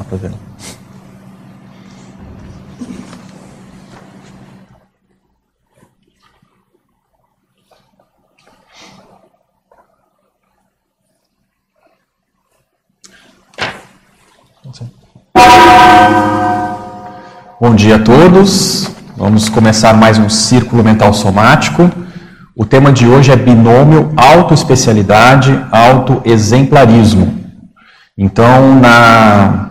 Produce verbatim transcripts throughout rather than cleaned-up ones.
para ver. Bom dia a todos. Vamos começar mais um Círculo Mental Somático. O tema de hoje é binômio autoespecialidade, autoexemplarismo. Então, na,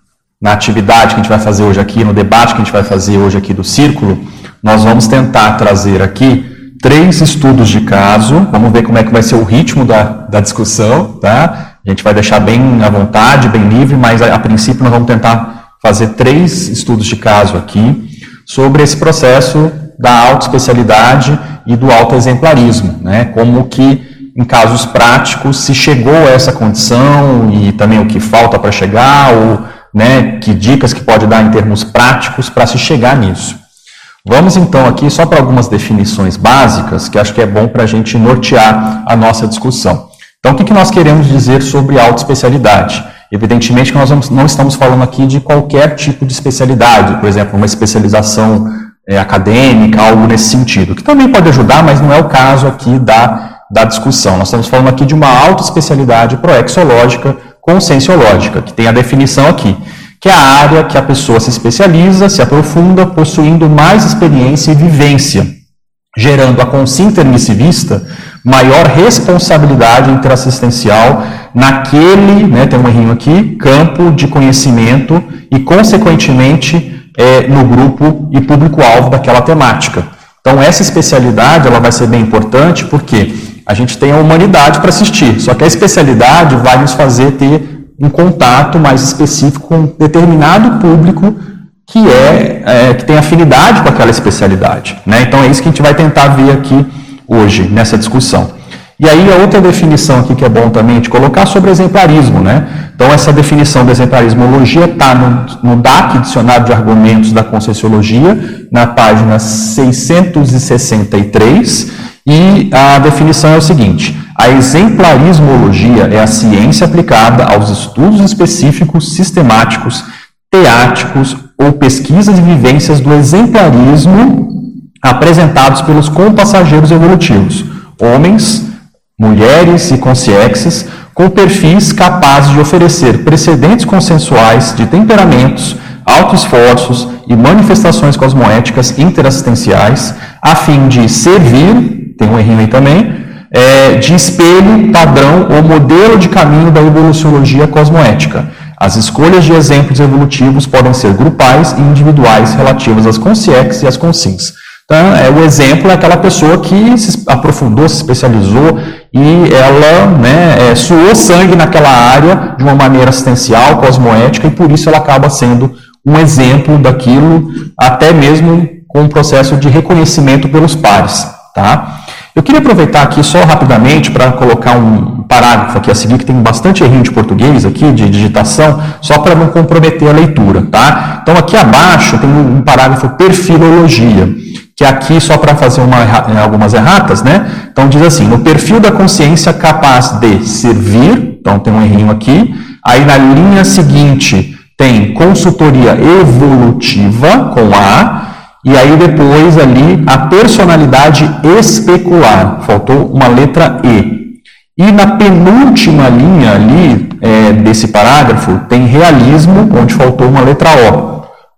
na atividade que a gente vai fazer hoje aqui, no debate que a gente vai fazer hoje aqui do Círculo, nós vamos tentar trazer aqui três estudos de caso. Vamos ver como é que vai ser o ritmo da, da discussão, tá? A gente vai deixar bem à vontade, bem livre, mas a, a princípio nós vamos tentar fazer três estudos de caso aqui sobre esse processo da autoespecialidade e do autoexemplarismo, né? Como que em casos práticos se chegou a essa condição e também o que falta para chegar, ou né, que dicas que pode dar em termos práticos para se chegar nisso. Vamos então aqui só para algumas definições básicas que acho que é bom para a gente nortear a nossa discussão. Então, o que, que nós queremos dizer sobre autoespecialidade? Evidentemente que nós não estamos falando aqui de qualquer tipo de especialidade, por exemplo, uma especialização é, acadêmica, algo nesse sentido, que também pode ajudar, mas não é o caso aqui da, da discussão. Nós estamos falando aqui de uma autoespecialidade proexológica conscienciológica, que tem a definição aqui, que é a área que a pessoa se especializa, se aprofunda, possuindo mais experiência e vivência, gerando a consciência intermissivista maior responsabilidade interassistencial naquele, né, tem um errinho aqui, campo de conhecimento e, consequentemente, é, no grupo e público-alvo daquela temática. Então, essa especialidade ela vai ser bem importante porque a gente tem a humanidade para assistir, só que a especialidade vai nos fazer ter um contato mais específico com um determinado público que, é, é, que tem afinidade com aquela especialidade, né? Então, é isso que a gente vai tentar ver aqui hoje, nessa discussão. E aí, a outra definição aqui que é bom também de colocar sobre exemplarismo, né? Então, essa definição da exemplarismologia está no, no D A C, Dicionário de Argumentos da Conscienciologia, na página seiscentos e sessenta e três, e a definição é o seguinte: a exemplarismologia é a ciência aplicada aos estudos específicos, sistemáticos, teáticos ou pesquisas e vivências do exemplarismo apresentados pelos compassageiros evolutivos, homens, mulheres e consciexes, com perfis capazes de oferecer precedentes consensuais de temperamentos, autoesforços e manifestações cosmoéticas interassistenciais, a fim de servir, tem um errinho aí também, é, de espelho, padrão ou modelo de caminho da evoluciologia cosmoética. As escolhas de exemplos evolutivos podem ser grupais e individuais relativas às consciexes e às consciências. Então, é, o exemplo é aquela pessoa que se aprofundou, se especializou e ela né, é, suou sangue naquela área de uma maneira assistencial, cosmoética, e por isso ela acaba sendo um exemplo daquilo, até mesmo com um processo de reconhecimento pelos pares. Tá? Eu queria aproveitar aqui só rapidamente para colocar um parágrafo aqui a seguir, que tem bastante errinho de português aqui, de digitação, só para não comprometer a leitura. Tá? Então, aqui abaixo tem um parágrafo perfilologia, que aqui, só para fazer uma, algumas erratas, né? Então, diz assim: no perfil da consciência capaz de servir, então tem um errinho aqui, aí na linha seguinte tem consultoria evolutiva, com A, e aí depois ali a personalidade especular, faltou uma letra E. E na penúltima linha ali é, desse parágrafo tem realismo, onde faltou uma letra O.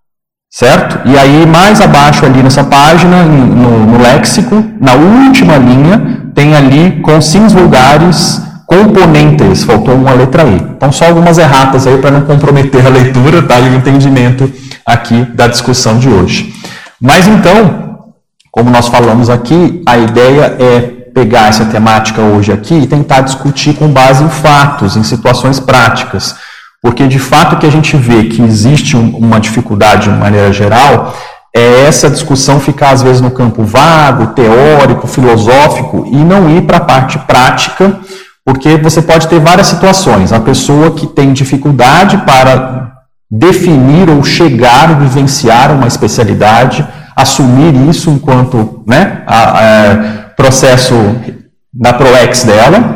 Certo? E aí, mais abaixo ali nessa página, no, no léxico, na última linha, tem ali consins vulgares componentes, faltou uma letra E. Então, só algumas erratas aí para não comprometer a leitura, tá? E o entendimento aqui da discussão de hoje. Mas então, como nós falamos aqui, a ideia é pegar essa temática hoje aqui e tentar discutir com base em fatos, em situações práticas. Porque, de fato, o que a gente vê que existe uma dificuldade de maneira geral é essa discussão ficar, às vezes, no campo vago, teórico, filosófico, e não ir para a parte prática, porque você pode ter várias situações. A pessoa que tem dificuldade para definir ou chegar a vivenciar uma especialidade, assumir isso enquanto né, a, a, processo na ProEx dela.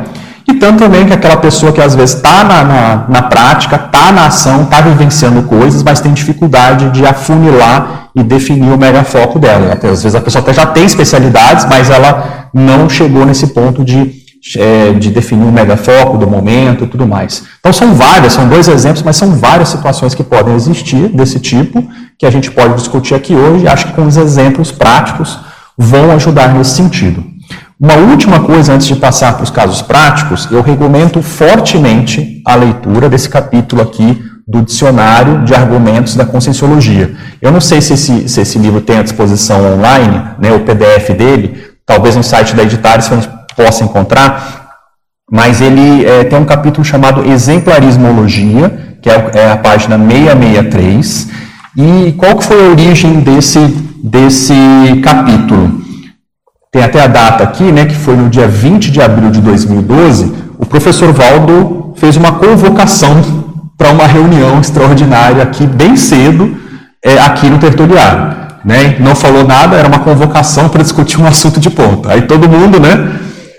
E tanto também que aquela pessoa que às vezes está na, na, na prática, está na ação, está vivenciando coisas, mas tem dificuldade de afunilar e definir o megafoco dela. Até, às vezes a pessoa até já tem especialidades, mas ela não chegou nesse ponto de, é, de definir o megafoco do momento e tudo mais. Então são várias, são dois exemplos, mas são várias situações que podem existir desse tipo, que a gente pode discutir aqui hoje. Acho que com os exemplos práticos vão ajudar nesse sentido. Uma última coisa, antes de passar para os casos práticos, eu recomendo fortemente a leitura desse capítulo aqui do Dicionário de Argumentos da Conscienciologia. Eu não sei se esse, se esse livro tem à disposição online, né, o P D F dele, talvez no site da Editares a gente possa encontrar, mas ele é, tem um capítulo chamado Exemplarismologia, que é, é a página seiscentos e sessenta e três, e qual que foi a origem desse, desse capítulo? Tem até a data aqui, né, que foi no dia vinte de abril de dois mil e doze, o professor Valdo fez uma convocação para uma reunião extraordinária aqui, bem cedo, é, aqui no territoriário. Né? Não falou nada, era uma convocação para discutir um assunto de ponta. Aí todo mundo, né,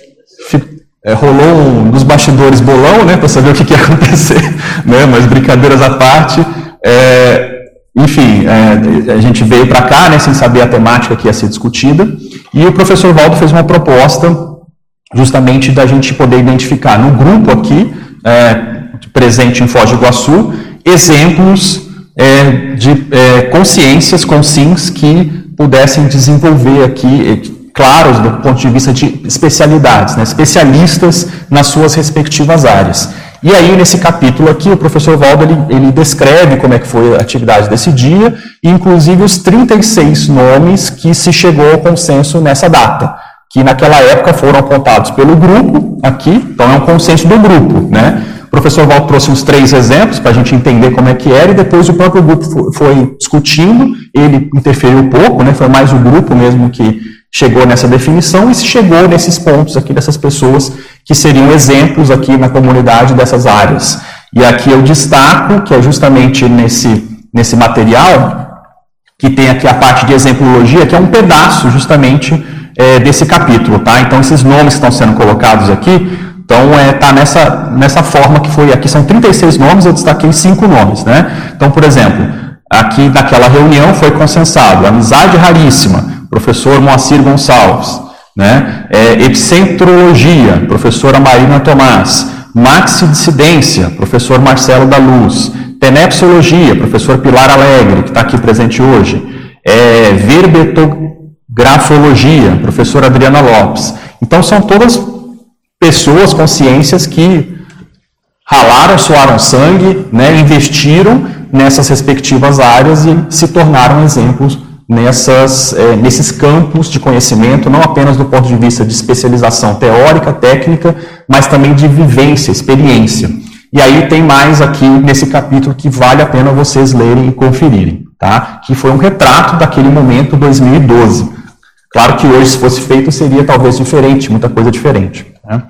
é, rolou um, nos bastidores bolão, né, para saber o que, que ia acontecer, né, mas brincadeiras à parte. É, Enfim, é, a gente veio para cá, né, sem saber a temática que ia ser discutida, e o professor Valdo fez uma proposta justamente da gente poder identificar no grupo aqui, é, presente em Foz do Iguaçu, exemplos é, de é, consciências, consciências que pudessem desenvolver aqui, claro, do ponto de vista de especialidades, né, especialistas nas suas respectivas áreas. E aí, nesse capítulo aqui, o professor Valdo, ele, ele descreve como é que foi a atividade desse dia, e inclusive os trinta e seis nomes que se chegou ao consenso nessa data, que naquela época foram apontados pelo grupo aqui, então é um consenso do grupo, né? O professor Valdo trouxe uns três exemplos para a gente entender como é que era, e depois o próprio grupo foi discutindo, ele interferiu um pouco, né? Foi mais o grupo mesmo que chegou nessa definição e se chegou nesses pontos aqui dessas pessoas que seriam exemplos aqui na comunidade dessas áreas. E aqui eu destaco que é justamente nesse, nesse material que tem aqui a parte de exemplologia, que é um pedaço justamente é, desse capítulo, tá? Então esses nomes que estão sendo colocados aqui, então é, tá nessa, nessa forma que foi, aqui são trinta e seis nomes, eu destaquei cinco nomes, né? Então, por exemplo, aqui naquela reunião foi consensado amizade raríssima, professor Moacir Gonçalves, né? É, epicentrologia, professora Marina Tomás, maxidissidência, professor Marcelo da Luz, tenepsologia, professor Pilar Alegre, que está aqui presente hoje, é, verbetografologia, professora Adriana Lopes. Então são todas pessoas, consciências que ralaram, suaram sangue, né? Investiram nessas respectivas áreas e se tornaram exemplos Nessas, é, nesses campos de conhecimento, não apenas do ponto de vista de especialização teórica, técnica, mas também de vivência, experiência. E aí tem mais aqui nesse capítulo que vale a pena vocês lerem e conferirem, tá? Que foi um retrato daquele momento, dois mil e doze. Claro que hoje, se fosse feito, seria talvez diferente, muita coisa diferente, né?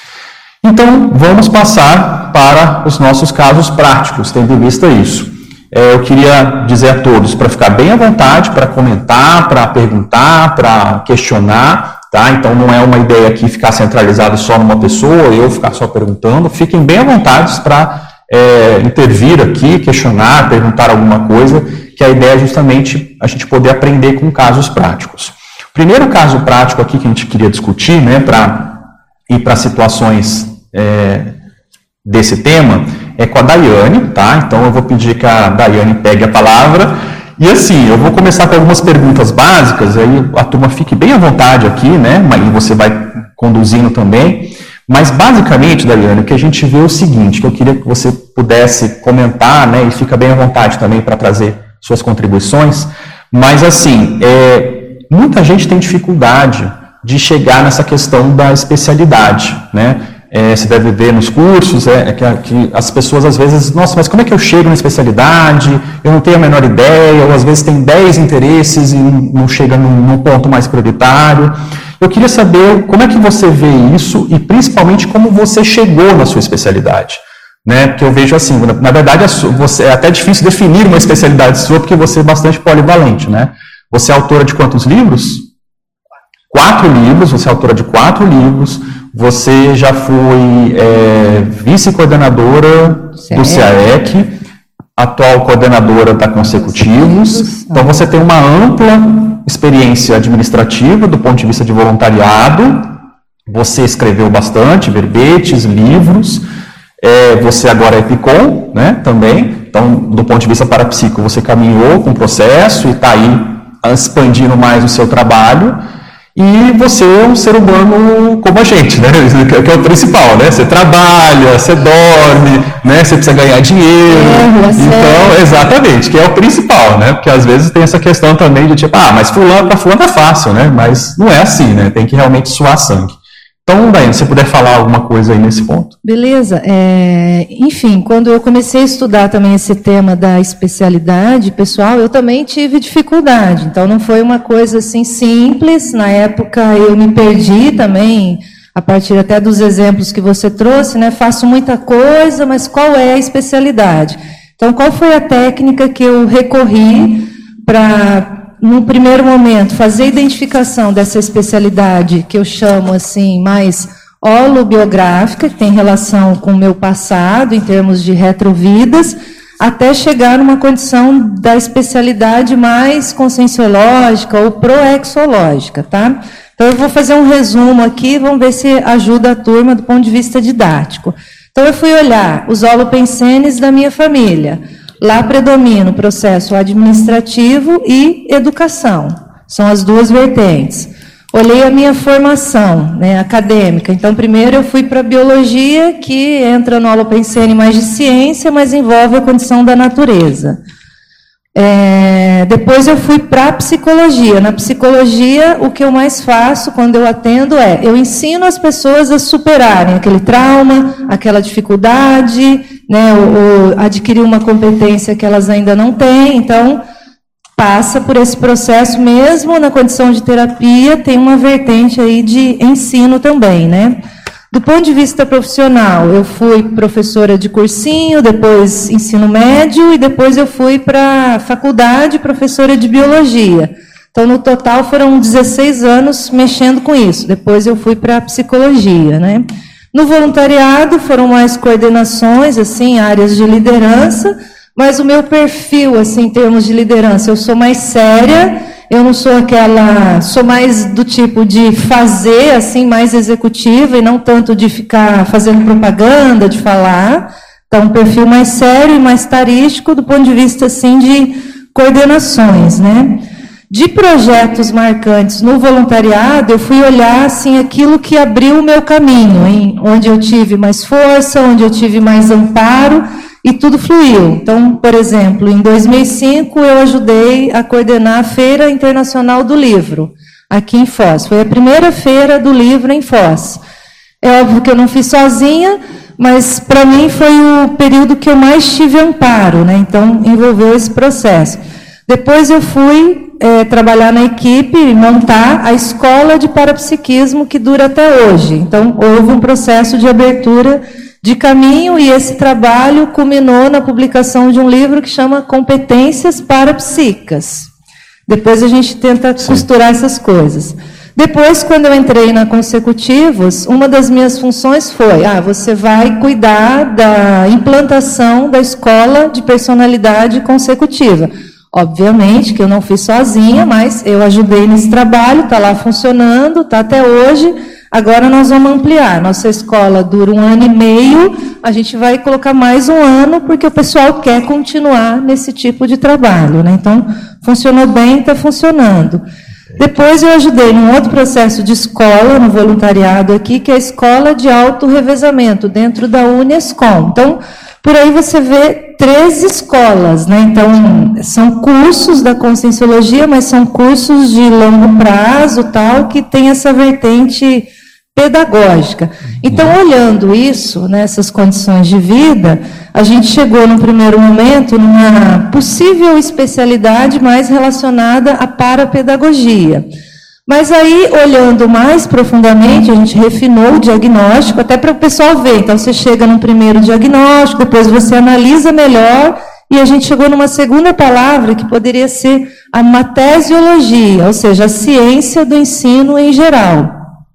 Então, vamos passar para os nossos casos práticos, tendo em vista isso. Eu queria dizer a todos para ficar bem à vontade, para comentar, para perguntar, para questionar, tá? Então não é uma ideia aqui ficar centralizado só numa pessoa, eu ficar só perguntando. Fiquem bem à vontade para é, intervir aqui, questionar, perguntar alguma coisa, que a ideia é justamente a gente poder aprender com casos práticos. O primeiro caso prático aqui que a gente queria discutir, né, para ir para situações é, desse tema, é com a Daiane, tá? Então eu vou pedir que a Daiane pegue a palavra. E assim, eu vou começar com algumas perguntas básicas, aí a turma fique bem à vontade aqui, né? Mas você vai conduzindo também. Mas basicamente, Daiane, o que a gente vê é o seguinte, que eu queria que você pudesse comentar, né? E fica bem à vontade também para trazer suas contribuições. Mas assim, é, muita gente tem dificuldade de chegar nessa questão da especialidade, né? É, você deve ver nos cursos, é, é que, que as pessoas às vezes, nossa, mas como é que eu chego na especialidade? Eu não tenho a menor ideia, ou às vezes tem dez interesses e não chega num, num ponto mais prioritário. Eu queria saber como é que você vê isso e principalmente como você chegou na sua especialidade. Né? Porque eu vejo assim, na verdade você, é até difícil definir uma especialidade sua porque você é bastante polivalente, né? Você é autora de quantos livros? Quatro livros, você é autora de quatro livros, Você já foi é, vice-coordenadora do C A E C, atual coordenadora da Consecutivos. Então, você tem uma ampla experiência administrativa do ponto de vista de voluntariado. Você escreveu bastante, verbetes, livros. É, você agora é PICOM, né, também. Então, do ponto de vista parapsíquico, você caminhou com o processo e está aí expandindo mais o seu trabalho. E você é um ser humano como a gente, né? Que é o principal, né? Você trabalha, você dorme, né? Você precisa ganhar dinheiro. É, então, exatamente, que é o principal, né? Porque às vezes tem essa questão também de tipo, ah, mas fulano para fulano é fácil, né? Mas não é assim, né? Tem que realmente suar sangue. Então, Daiane, se você puder falar alguma coisa aí nesse ponto. Beleza. É, enfim, quando eu comecei a estudar também esse tema da especialidade pessoal, eu também tive dificuldade. Então, não foi uma coisa assim simples. Na época, eu me perdi também, a partir até dos exemplos que você trouxe, né? Faço muita coisa, mas qual é a especialidade? Então, qual foi a técnica que eu recorri para... no primeiro momento, fazer a identificação dessa especialidade, que eu chamo assim, mais holobiográfica, que tem relação com o meu passado, em termos de retrovidas, até chegar numa condição da especialidade mais conscienciológica ou proexológica, tá? Então, eu vou fazer um resumo aqui, vamos ver se ajuda a turma do ponto de vista didático. Então, eu fui olhar os holopensenes da minha família. Lá predomina o processo administrativo e educação. São as duas vertentes. Olhei a minha formação, né, acadêmica. Então, primeiro eu fui para a biologia, que entra no holopensene mais de ciência, mas envolve a condição da natureza. É, depois eu fui para a psicologia. Na psicologia, o que eu mais faço quando eu atendo é, eu ensino as pessoas a superarem aquele trauma, aquela dificuldade, né, ou, ou adquirir uma competência que elas ainda não têm. Então, passa por esse processo mesmo na condição de terapia, tem uma vertente aí de ensino também, né? Do ponto de vista profissional, eu fui professora de cursinho, depois ensino médio, e depois eu fui para a faculdade, professora de biologia. Então, no total, foram dezesseis anos mexendo com isso. Depois eu fui para a psicologia, né? No voluntariado, foram mais coordenações, assim, áreas de liderança, mas o meu perfil, assim, em termos de liderança, eu sou mais séria. Eu não sou aquela, sou mais do tipo de fazer, assim, mais executiva, e não tanto de ficar fazendo propaganda, de falar. Então, um perfil mais sério e mais tarístico do ponto de vista, assim, de coordenações, né? De projetos marcantes no voluntariado, eu fui olhar, assim, aquilo que abriu o meu caminho, hein? Onde eu tive mais força, onde eu tive mais amparo, e tudo fluiu. Então, por exemplo, em dois mil e cinco, eu ajudei a coordenar a Feira Internacional do Livro, aqui em Foz. Foi a primeira feira do livro em Foz. É óbvio que eu não fiz sozinha, mas, para mim, foi o período que eu mais tive amparo, né? Então, envolveu esse processo. Depois eu fui é, trabalhar na equipe e montar a escola de parapsiquismo, que dura até hoje. Então, houve um processo de abertura de caminho, e esse trabalho culminou na publicação de um livro que chama Competências Parapsíquicas. Depois a gente tenta Sim. costurar essas coisas. Depois, quando eu entrei na Consecutivos, uma das minhas funções foi, ah, você vai cuidar da implantação da escola de personalidade consecutiva. Obviamente que eu não fiz sozinha, mas eu ajudei nesse trabalho, está lá funcionando, está até hoje. Agora nós vamos ampliar. Nossa escola dura um ano e meio, a gente vai colocar mais um ano, porque o pessoal quer continuar nesse tipo de trabalho, né? Então, funcionou bem, está funcionando. Depois eu ajudei num outro processo de escola, no voluntariado aqui, que é a escola de autorrevezamento, dentro da Unescom. Então, por aí você vê três escolas, né? Então, são cursos da conscienciologia, mas são cursos de longo prazo, tal, que tem essa vertente pedagógica. Então, olhando isso, nessas condições de vida, a gente chegou, no primeiro momento, numa possível especialidade mais relacionada à parapedagogia. Mas aí, olhando mais profundamente, a gente refinou o diagnóstico, até para o pessoal ver. Então, você chega num primeiro diagnóstico, depois você analisa melhor, e a gente chegou numa segunda palavra, que poderia ser a matesiologia, ou seja, a ciência do ensino em geral.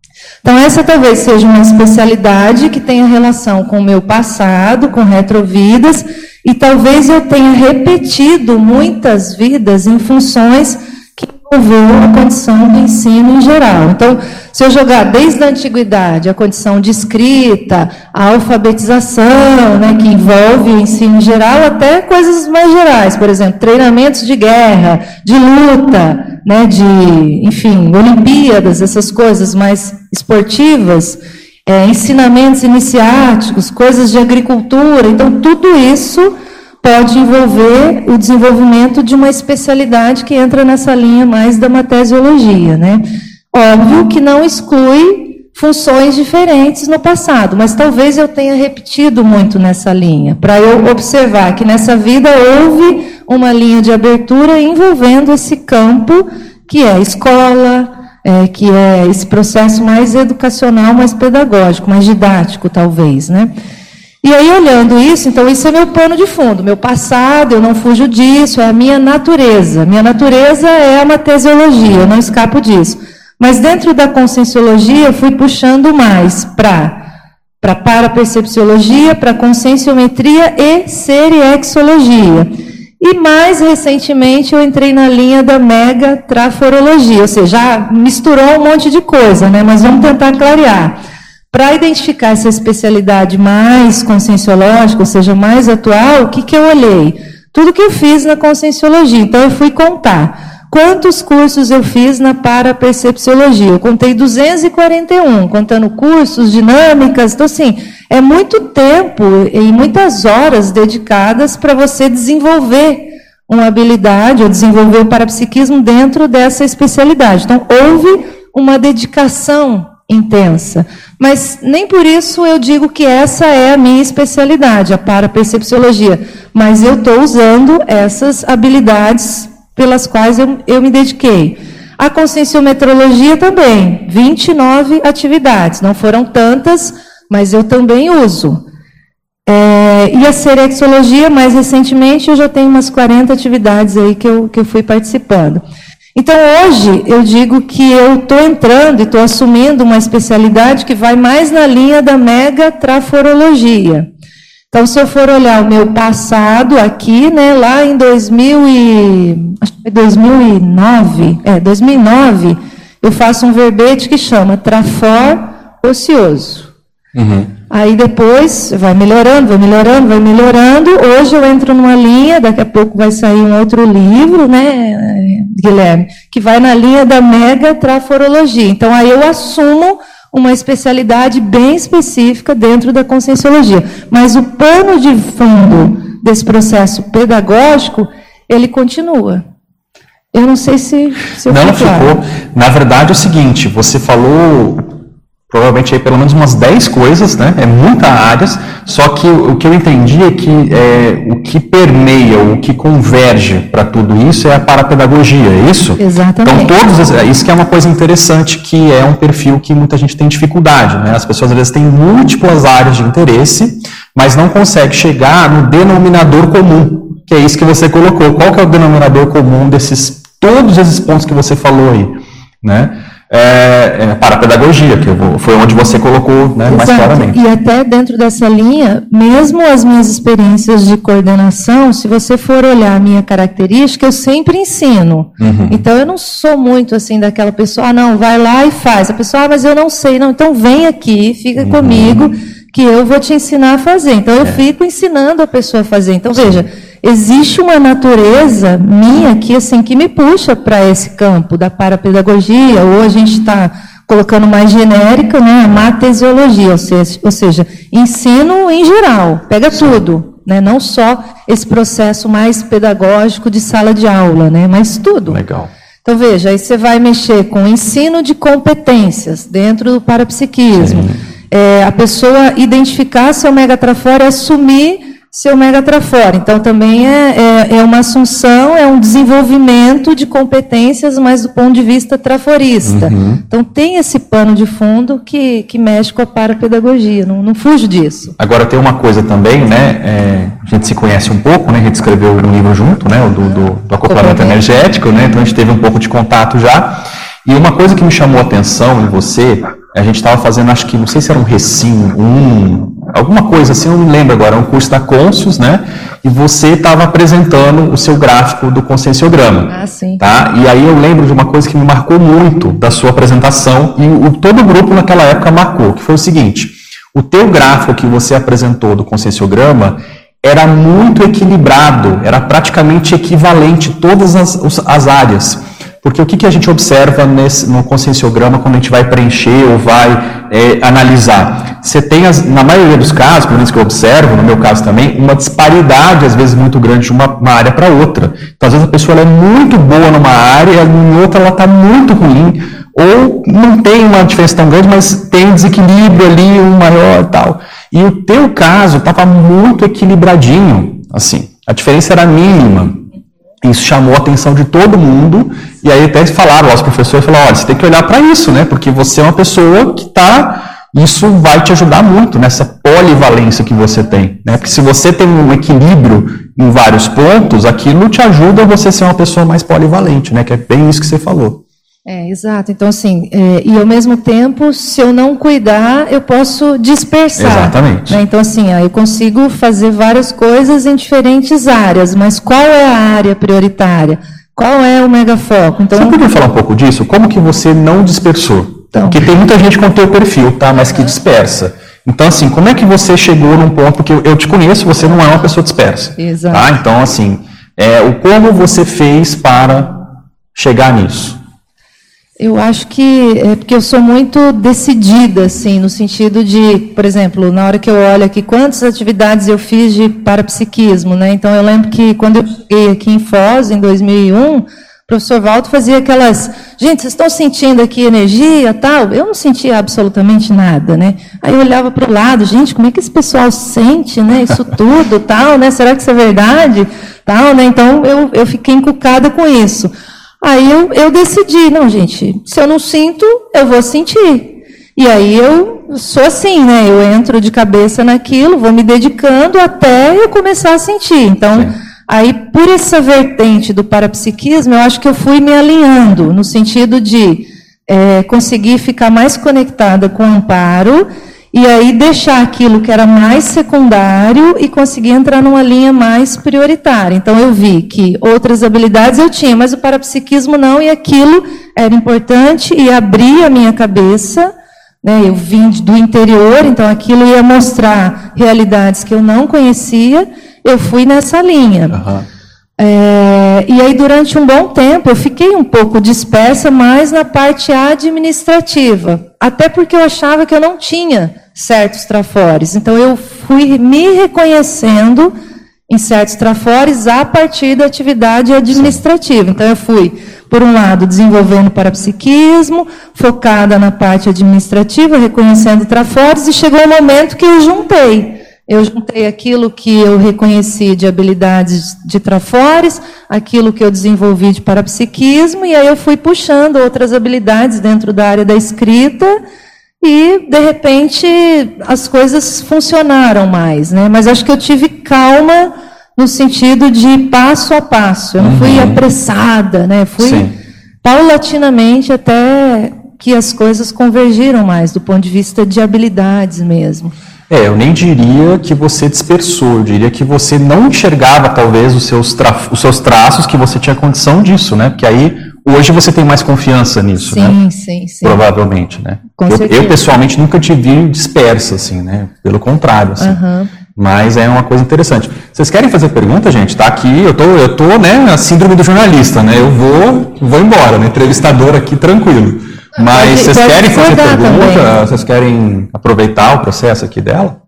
Então, essa talvez seja uma especialidade que tenha relação com o meu passado, com retrovidas, e talvez eu tenha repetido muitas vidas em funções que envolveram a condição do ensino em geral. Então, se eu jogar desde a antiguidade a condição de escrita, a alfabetização, né, que envolve o ensino em geral, até coisas mais gerais, por exemplo, treinamentos de guerra, de luta, né, de, enfim, Olimpíadas, essas coisas mais esportivas, é, ensinamentos iniciáticos, coisas de agricultura. Então, tudo isso pode envolver o desenvolvimento de uma especialidade que entra nessa linha mais da matesiologia, né? Óbvio que não exclui funções diferentes no passado, mas talvez eu tenha repetido muito nessa linha, para eu observar que nessa vida houve uma linha de abertura envolvendo esse campo que é escola, é, que é esse processo mais educacional, mais pedagógico, mais didático, talvez, né? E aí, olhando isso, então, isso é meu pano de fundo, meu passado, eu não fujo disso, é a minha natureza. Minha natureza é a matesiologia, eu não escapo disso. Mas dentro da conscienciologia, eu fui puxando mais para para parapercepciologia, para conscienciometria e seriexologia. E mais recentemente eu entrei na linha da megatraforologia, ou seja, já misturou um monte de coisa, né? Mas vamos tentar clarear. Para identificar essa especialidade mais conscienciológica, ou seja, mais atual, o que, que eu olhei? Tudo que eu fiz na conscienciologia. Então, eu fui contar quantos cursos eu fiz na parapercepciologia. Eu contei duzentos e quarenta e um, contando cursos, dinâmicas. Então, assim, é muito tempo e muitas horas dedicadas para você desenvolver uma habilidade ou desenvolver o parapsiquismo dentro dessa especialidade. Então, houve uma dedicação intensa. Mas nem por isso eu digo que essa é a minha especialidade, a parapercepciologia. Mas eu estou usando essas habilidades pelas quais eu, eu me dediquei. A conscienciometrologia também, vinte e nove atividades. Não foram tantas, mas eu também uso. É, e a seriexologia, mais recentemente, eu já tenho umas quarenta atividades aí que eu, que eu fui participando. Então, hoje, eu digo que eu estou entrando e estou assumindo uma especialidade que vai mais na linha da megatraforologia. Então, se eu for olhar o meu passado aqui, né, lá em dois mil e, acho que foi dois mil e nove, é, dois mil e nove, eu faço um verbete que chama Trafor Ocioso. Uhum. Aí depois vai melhorando, vai melhorando, vai melhorando. Hoje eu entro numa linha, daqui a pouco vai sair um outro livro, né, Guilherme, que vai na linha da megatraforologia. Então aí eu assumo uma especialidade bem específica dentro da conscienciologia. Mas o pano de fundo desse processo pedagógico, ele continua. Eu não sei se, se eu Não, ficou. Claro. Na verdade é o seguinte, você falou provavelmente aí pelo menos umas dez coisas, né? É muitas áreas, só que o que eu entendi é que é, o que permeia, o que converge para tudo isso é a parapedagogia, é isso? Exatamente. Então, todos, isso que é uma coisa interessante, que é um perfil que muita gente tem dificuldade, né? As pessoas às vezes têm múltiplas áreas de interesse, mas não conseguem chegar no denominador comum, que é isso que você colocou. Qual que é o denominador comum desses, todos esses pontos que você falou aí, né? É, é, para a pedagogia, que foi onde você colocou, né, mais claramente. E até dentro dessa linha, mesmo as minhas experiências de coordenação, se você for olhar a minha característica, eu sempre ensino. Uhum. Então, eu não sou muito assim daquela pessoa, ah, não, vai lá e faz. A pessoa, ah, mas eu não sei. Não, então vem aqui, fica uhum. comigo, que eu vou te ensinar a fazer. Então, eu é. fico ensinando a pessoa a fazer. Então, Sim. veja, existe uma natureza minha que, assim, que me puxa para esse campo da parapedagogia, ou a gente está colocando mais genérica, né, a matesiologia, ou seja, ou seja, ensino em geral, pega tudo, né, não só esse processo mais pedagógico de sala de aula, né, mas tudo. Legal. Então, veja, aí você vai mexer com ensino de competências dentro do parapsiquismo. É, a pessoa identificar seu megatrafor e assumir seu megatrafor. Então, também é, é, é uma assunção, é um desenvolvimento de competências, mas do ponto de vista traforista. Uhum. Então, tem esse pano de fundo que, que mexe com a parapedagogia, não, não fujo disso. Agora, tem uma coisa também, né, é, a gente se conhece um pouco, né, a gente escreveu um livro junto, né, o do, do, do acoplamento energético, né, então a gente teve um pouco de contato já, e uma coisa que me chamou a atenção em você, a gente estava fazendo, acho que, não sei se era um Recim, um, alguma coisa assim, eu não lembro agora, um curso da Conscius, né? E você estava apresentando o seu gráfico do conscienciograma. Ah, sim. Tá? E aí eu lembro de uma coisa que me marcou muito da sua apresentação, e o, todo o grupo naquela época marcou, que foi o seguinte: o teu gráfico que você apresentou do conscienciograma era muito equilibrado, era praticamente equivalente todas as, as áreas. Porque o que, que a gente observa nesse, no conscienciograma quando a gente vai preencher ou vai é, analisar? Você tem, as, na maioria dos casos, pelo menos que eu observo, no meu caso também, uma disparidade, às vezes, muito grande de uma, uma área para outra. Então, às vezes, a pessoa ela é muito boa numa área e em outra ela está muito ruim, ou não tem uma diferença tão grande, mas tem um desequilíbrio ali, um maior e tal. E o teu caso estava muito equilibradinho, assim. A diferença era mínima. Isso chamou a atenção de todo mundo, e aí até falaram, os professores falaram, olha, você tem que olhar para isso, né? Porque você é uma pessoa que está... Isso vai te ajudar muito nessa polivalência que você tem, né? Porque se você tem um equilíbrio em vários pontos, aquilo te ajuda a você ser uma pessoa mais polivalente, né? Que é bem isso que você falou. É, exato. Então, assim, é, e ao mesmo tempo, se eu não cuidar, eu posso dispersar. Exatamente. Né? Então, assim, ó, eu consigo fazer várias coisas em diferentes áreas, mas qual é a área prioritária? Qual é o megafoco? Então, você podia falar um pouco disso? Como que você não dispersou? Então, porque tem muita gente com o teu perfil, tá? Mas que dispersa. Então, assim, como é que você chegou num ponto, porque eu te conheço, você não é uma pessoa dispersa. Exato. Tá? Então, assim, é, o como você fez para chegar nisso? Eu acho que é porque eu sou muito decidida, assim, no sentido de, por exemplo, na hora que eu olho aqui, quantas atividades eu fiz de parapsiquismo, né? Então, eu lembro que quando eu cheguei aqui em Foz, em dois mil e um, o professor Valdo fazia aquelas, gente, vocês estão sentindo aqui energia, tal? Eu não sentia absolutamente nada, né? Aí eu olhava para o lado, gente, como é que esse pessoal sente, né? Isso tudo, tal, né? Será que isso é verdade? Tal, né? Então, eu, eu fiquei encucada com isso. Aí eu, eu decidi, não, gente, se eu não sinto, eu vou sentir. E aí eu sou assim, né? Eu entro de cabeça naquilo, vou me dedicando até eu começar a sentir. Então, sim. Aí, por essa vertente do parapsiquismo, eu acho que eu fui me alinhando, no sentido de é, conseguir ficar mais conectada com o amparo, e aí deixar aquilo que era mais secundário e conseguir entrar numa linha mais prioritária. Então, eu vi que outras habilidades eu tinha, mas o parapsiquismo não, e aquilo era importante e abria a minha cabeça, né? Eu vim do interior, então aquilo ia mostrar realidades que eu não conhecia, eu fui nessa linha. Uhum. É, e aí, durante um bom tempo, eu fiquei um pouco dispersa, mais na parte administrativa, até porque eu achava que eu não tinha certos trafores. Então, eu fui me reconhecendo em certos trafores a partir da atividade administrativa. Sim. Então, eu fui, por um lado, desenvolvendo parapsiquismo, focada na parte administrativa, reconhecendo trafores, e chegou um momento que eu juntei. Eu juntei aquilo que eu reconheci de habilidades de trafores, aquilo que eu desenvolvi de parapsiquismo, e aí eu fui puxando outras habilidades dentro da área da escrita, e, de repente, as coisas funcionaram mais, né? Mas acho que eu tive calma no sentido de passo a passo. Eu não fui uhum. apressada, né? Fui Sim. paulatinamente até que as coisas convergiram mais, do ponto de vista de habilidades mesmo. É, eu nem diria que você dispersou, eu diria que você não enxergava, talvez, os seus, tra os seus traços, que você tinha condição disso, né? Porque aí, hoje você tem mais confiança nisso, sim, né? Sim, sim, sim. Provavelmente, né? Com eu, certeza. eu, pessoalmente, nunca te vi dispersa, assim, né? Pelo contrário, assim. Uhum. Mas é uma coisa interessante. Vocês querem fazer pergunta, gente? Tá aqui, eu tô, eu tô, né, a síndrome do jornalista, né? Eu vou, vou embora, né? Entrevistador aqui, tranquilo. Mas pode, vocês pode querem fazer pergunta? Também. Vocês querem aproveitar o processo aqui dela?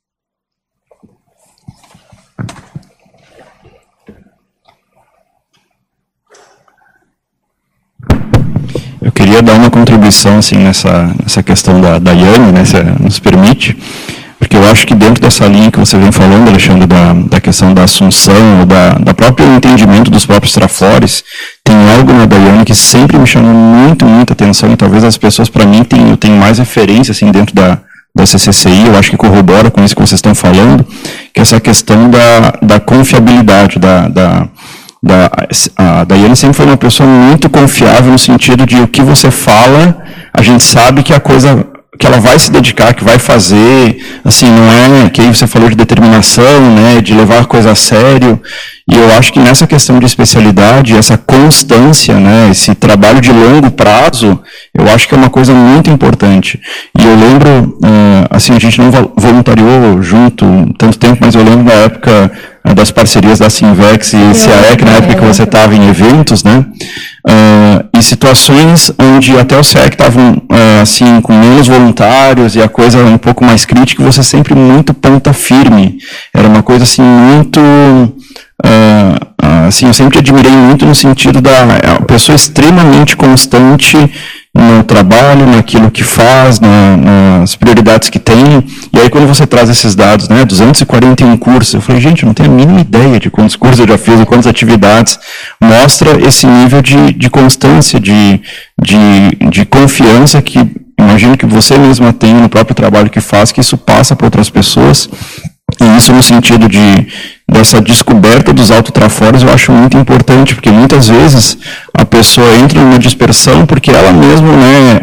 Eu queria dar uma contribuição assim, nessa, nessa questão da, da Yane, né, se nos permite, porque eu acho que dentro dessa linha que você vem falando, Alexandre, da, da questão da assunção, ou da, da próprio entendimento dos próprios trafores, tem algo na Daiane que sempre me chamou muito, muita atenção, e talvez as pessoas, para mim, tem, eu tenho mais referência assim, dentro da, da C C C I, eu acho que corrobora com isso que vocês estão falando, que é essa questão da, da confiabilidade, da... da Da, a Daiane sempre foi uma pessoa muito confiável no sentido de o que você fala, a gente sabe que a coisa que ela vai se dedicar, que vai fazer, assim, não é, que aí você falou de determinação, né, de levar a coisa a sério, e eu acho que nessa questão de especialidade, essa constância, né, esse trabalho de longo prazo, eu acho que é uma coisa muito importante. E eu lembro, assim, a gente não voluntariou junto tanto tempo, mas eu lembro na época das parcerias da Sinvex e C A E C, na época que você estava em eventos, né, em situações onde até o C A E C estavam, assim, com menos voluntários e a coisa um pouco mais crítica, você sempre muito ponta firme. Era uma coisa, assim, muito... Uh, uh, assim, eu sempre admirei muito no sentido da pessoa extremamente constante no trabalho, naquilo que faz, na, nas prioridades que tem. E aí quando você traz esses dados, né, duzentos e quarenta e um cursos, eu falei, gente, eu não tenho a mínima ideia de quantos cursos eu já fiz, de quantas atividades. Mostra esse nível de, de constância, de, de, de confiança que imagino que você mesma tem no próprio trabalho que faz, que isso passa para outras pessoas. E isso no sentido de, dessa descoberta dos autotrafores eu acho muito importante, porque muitas vezes a pessoa entra numa dispersão porque ela mesma, né,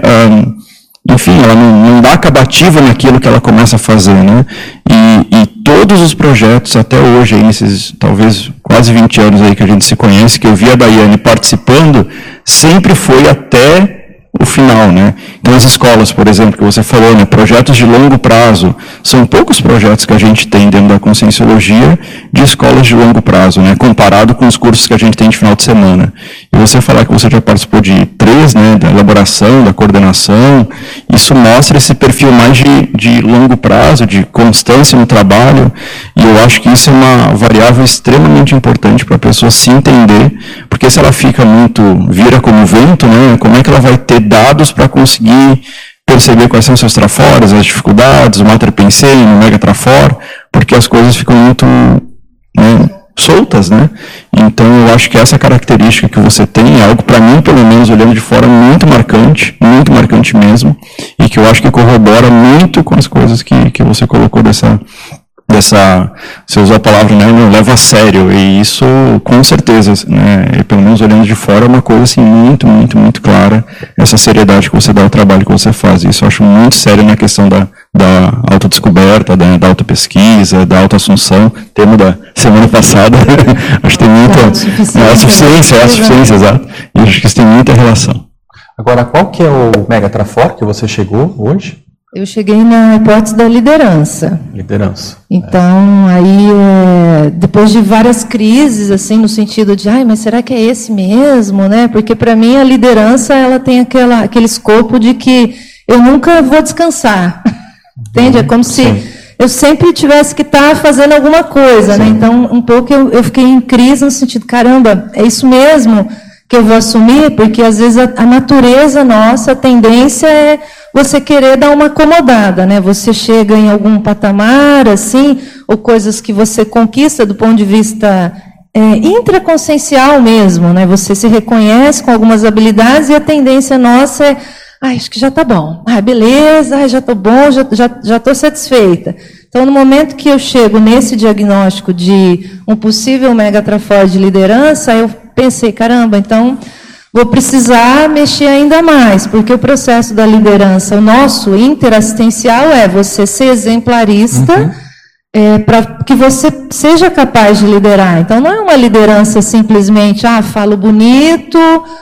um, enfim, ela não, não dá acabativa naquilo que ela começa a fazer, né, e, e todos os projetos até hoje, aí, nesses talvez quase vinte anos aí que a gente se conhece, que eu vi a Daiane participando, sempre foi até o final, né? Então as escolas, por exemplo, que você falou, né, projetos de longo prazo, são poucos projetos que a gente tem dentro da Conscienciologia de escolas de longo prazo, né, comparado com os cursos que a gente tem de final de semana. E você falar que você já participou de três, né, da elaboração, da coordenação, isso mostra esse perfil mais de, de longo prazo, de constância no trabalho, e eu acho que isso é uma variável extremamente importante para a pessoa se entender, porque se ela fica muito, vira como vento, né, como é que ela vai ter dados para conseguir perceber quais são os seus trafores, as dificuldades, o Mater Pensei, o Mega Trafor, porque as coisas ficam muito, né, soltas, né? Então eu acho que essa característica que você tem é algo, para mim, pelo menos, olhando de fora, muito marcante, muito marcante mesmo, e que eu acho que corrobora muito com as coisas que, que você colocou dessa... dessa, você usou a palavra, né, não leva a sério, e isso com certeza, né, e pelo menos olhando de fora, é uma coisa assim muito, muito, muito clara, essa seriedade que você dá ao trabalho que você faz. Isso eu acho muito sério na questão da, da autodescoberta, da, da autopesquisa, da autoassunção, tema da semana passada, acho que tem muita, é, a suficiência, é a suficiência, exato, e acho que isso tem muita relação. Agora, qual que é o Mega Trafor que você chegou hoje? Eu cheguei na hipótese da liderança. Liderança. Então, é. aí, é, depois de várias crises, assim, no sentido de, ai, mas será que é esse mesmo, né? Porque, para mim, a liderança, ela tem aquela, aquele escopo de que eu nunca vou descansar. Entende? É como se Sim. eu sempre tivesse que estar fazendo alguma coisa, Sim. né? Então, um pouco eu, eu fiquei em crise no sentido, caramba, é isso mesmo que eu vou assumir? Porque, às vezes, a, a natureza nossa, a tendência é você querer dar uma acomodada, né? Você chega em algum patamar, assim, ou coisas que você conquista do ponto de vista é, intraconsciencial mesmo, né? Você se reconhece com algumas habilidades e a tendência nossa é, ah, acho que já está bom, ah, beleza, ah, já estou bom, já já já estou satisfeita. Então, no momento que eu chego nesse diagnóstico de um possível megatrafor de liderança, eu pensei, caramba, então vou precisar mexer ainda mais, porque o processo da liderança, o nosso interassistencial é você ser exemplarista, uhum. é, para que você seja capaz de liderar. Então, não é uma liderança simplesmente, ah, falo bonito,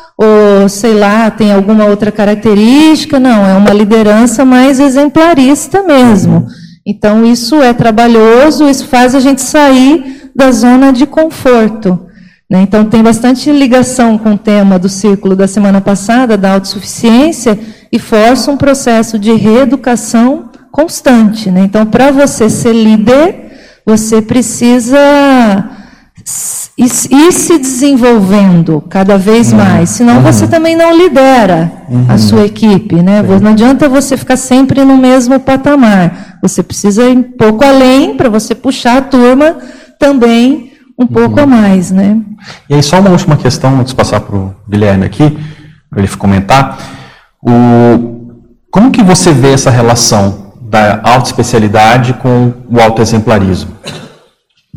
ou, sei lá, tem alguma outra característica. Não, é uma liderança mais exemplarista mesmo. Uhum. Então, isso é trabalhoso, isso faz a gente sair da zona de conforto. Então, tem bastante ligação com o tema do círculo da semana passada, da autossuficiência, e força um processo de reeducação constante. Né? Então, para você ser líder, você precisa ir se desenvolvendo cada vez uhum. mais, senão uhum. você também não lidera uhum. a sua equipe. Né? Não adianta você ficar sempre no mesmo patamar. Você precisa ir um pouco além para você puxar a turma também um pouco uhum. a mais, né? E aí, só uma última questão, antes de passar para o Guilherme aqui, para ele comentar. O, como que você vê essa relação da autoespecialidade com o autoexemplarismo?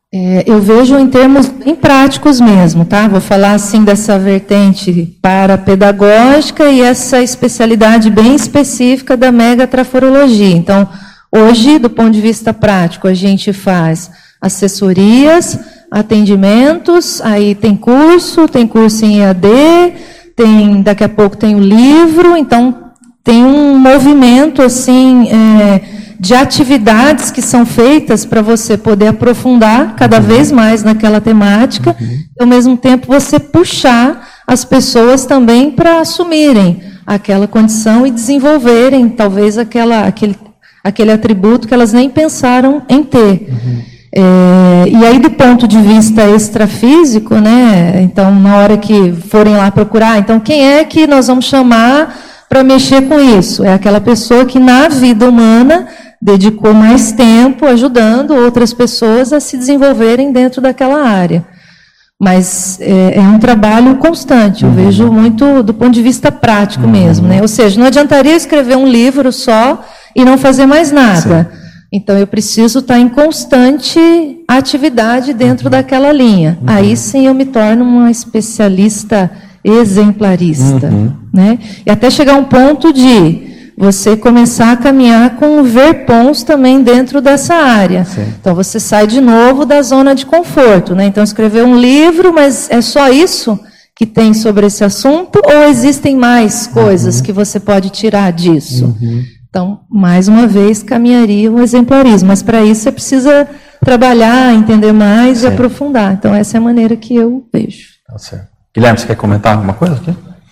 É, eu vejo em termos bem práticos mesmo, tá? Vou falar assim dessa vertente parapedagógica e essa especialidade bem específica da megatraforologia. Então, hoje, do ponto de vista prático, a gente faz assessorias, atendimentos, aí tem curso, tem curso em E A D, tem, daqui a pouco tem o livro, então tem um movimento assim é, de atividades que são feitas para você poder aprofundar cada vez mais naquela temática, uhum. e ao mesmo tempo você puxar as pessoas também para assumirem aquela condição e desenvolverem talvez aquela, aquele, aquele atributo que elas nem pensaram em ter. Uhum. É, e aí, do ponto de vista extrafísico, né, então, na hora que forem lá procurar, então, quem é que nós vamos chamar para mexer com isso? É aquela pessoa que, na vida humana, dedicou mais tempo ajudando outras pessoas a se desenvolverem dentro daquela área. Mas é, é um trabalho constante, eu uhum. vejo muito do ponto de vista prático uhum. mesmo, né? Ou seja, não adiantaria escrever um livro só e não fazer mais nada. Sim. Então, eu preciso estar em constante atividade dentro uhum. daquela linha. Uhum. Aí sim eu me torno uma especialista exemplarista. Uhum. Né? E até chegar a um ponto de você começar a caminhar com verpons também dentro dessa área. Sim. Então, você sai de novo da zona de conforto. Né? Então, escrever um livro, mas é só isso que tem sobre esse assunto? Ou existem mais coisas uhum. que você pode tirar disso? Uhum. Então, mais uma vez, caminharia o exemplarismo. Mas, para isso, você precisa trabalhar, entender mais certo. E aprofundar. Então, essa é a maneira que eu vejo. Tá certo. Guilherme, você quer comentar alguma coisa aqui?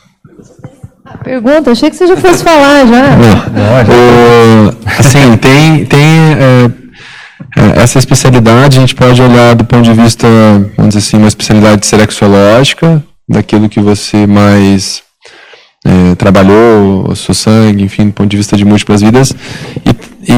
A pergunta, achei que você já fosse falar, já. Não, não já... o, assim, tem, tem é, é, essa especialidade, a gente pode olhar do ponto de vista, vamos dizer assim, uma especialidade sexológica, daquilo que você mais... É, trabalhou, seu sangue, enfim, do ponto de vista de múltiplas vidas, e,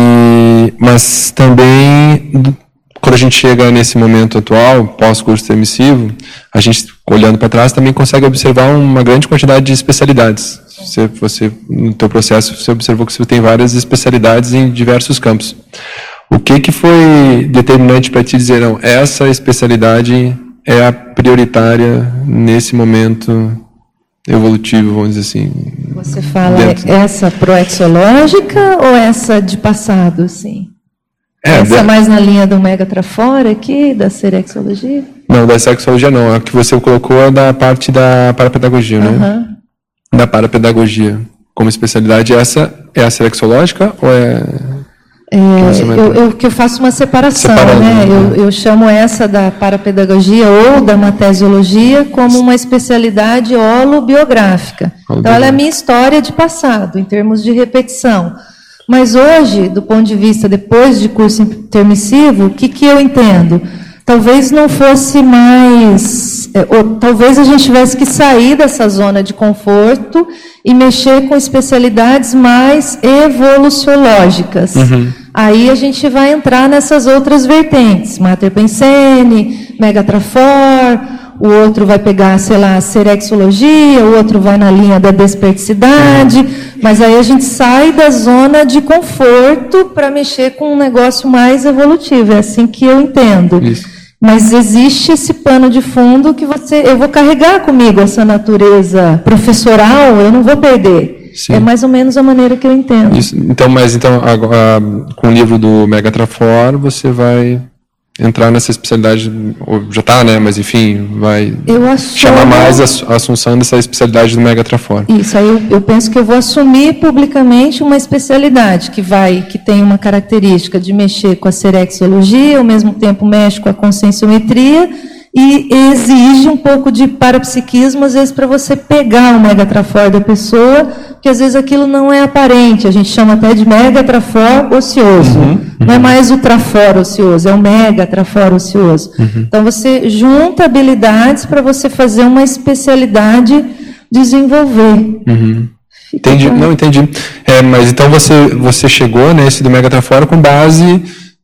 e, mas também, quando a gente chega nesse momento atual, pós-curso permissivo, a gente, olhando para trás, também consegue observar uma grande quantidade de especialidades. Você, você, no teu processo, você observou que você tem várias especialidades em diversos campos. O que, que foi determinante para te dizer, não, essa especialidade é a prioritária nesse momento evolutivo, vamos dizer assim. Você fala dentro. Essa proexológica ou essa de passado, assim? É, essa de... mais na linha do megatrafora aqui, da serexologia? Não, da sexologia não. A que você colocou é da parte da parapedagogia, uhum. né? Da parapedagogia. Como especialidade, essa é a serexológica ou é... É, eu, eu, que eu faço uma separação, Separado, né? Eu, eu chamo essa da parapedagogia ou da matesiologia como uma especialidade holobiográfica. Então, ela é a minha história de passado, em termos de repetição. Mas hoje, do ponto de vista, depois de curso intermissivo, o que, que eu entendo? Talvez não fosse mais... É, ou, talvez a gente tivesse que sair dessa zona de conforto e mexer com especialidades mais evoluciológicas. Uhum. Aí a gente vai entrar nessas outras vertentes. Mater Pensene, Megatrafor, o outro vai pegar, sei lá, a serexologia, o outro vai na linha da desperticidade, uhum. mas aí a gente sai da zona de conforto para mexer com um negócio mais evolutivo. É assim que eu entendo. Isso. Mas existe esse pano de fundo que você, eu vou carregar comigo essa natureza professoral, eu não vou perder. Sim. É mais ou menos a maneira que eu entendo. Isso. Então, mas então, agora, com o livro do Megatrafor, você vai entrar nessa especialidade, ou já está, né? Mas enfim, vai chamar mais a assunção dessa especialidade do Megatrafor. Isso, aí eu, eu penso que eu vou assumir publicamente uma especialidade que vai, que tem uma característica de mexer com a serexologia, ao mesmo tempo mexe com a conscienciometria e exige um pouco de parapsiquismo, às vezes, para você pegar o Megatrafor da pessoa, porque às vezes aquilo não é aparente, a gente chama até de Megatrafor ocioso. Uhum, uhum. Não é mais o trafor ocioso, é o Megatrafor ocioso. Uhum. Então, você junta habilidades para você fazer uma especialidade desenvolver. Uhum. Entendi, não entendi. É, mas então você, você chegou nesse do Megatrafor com base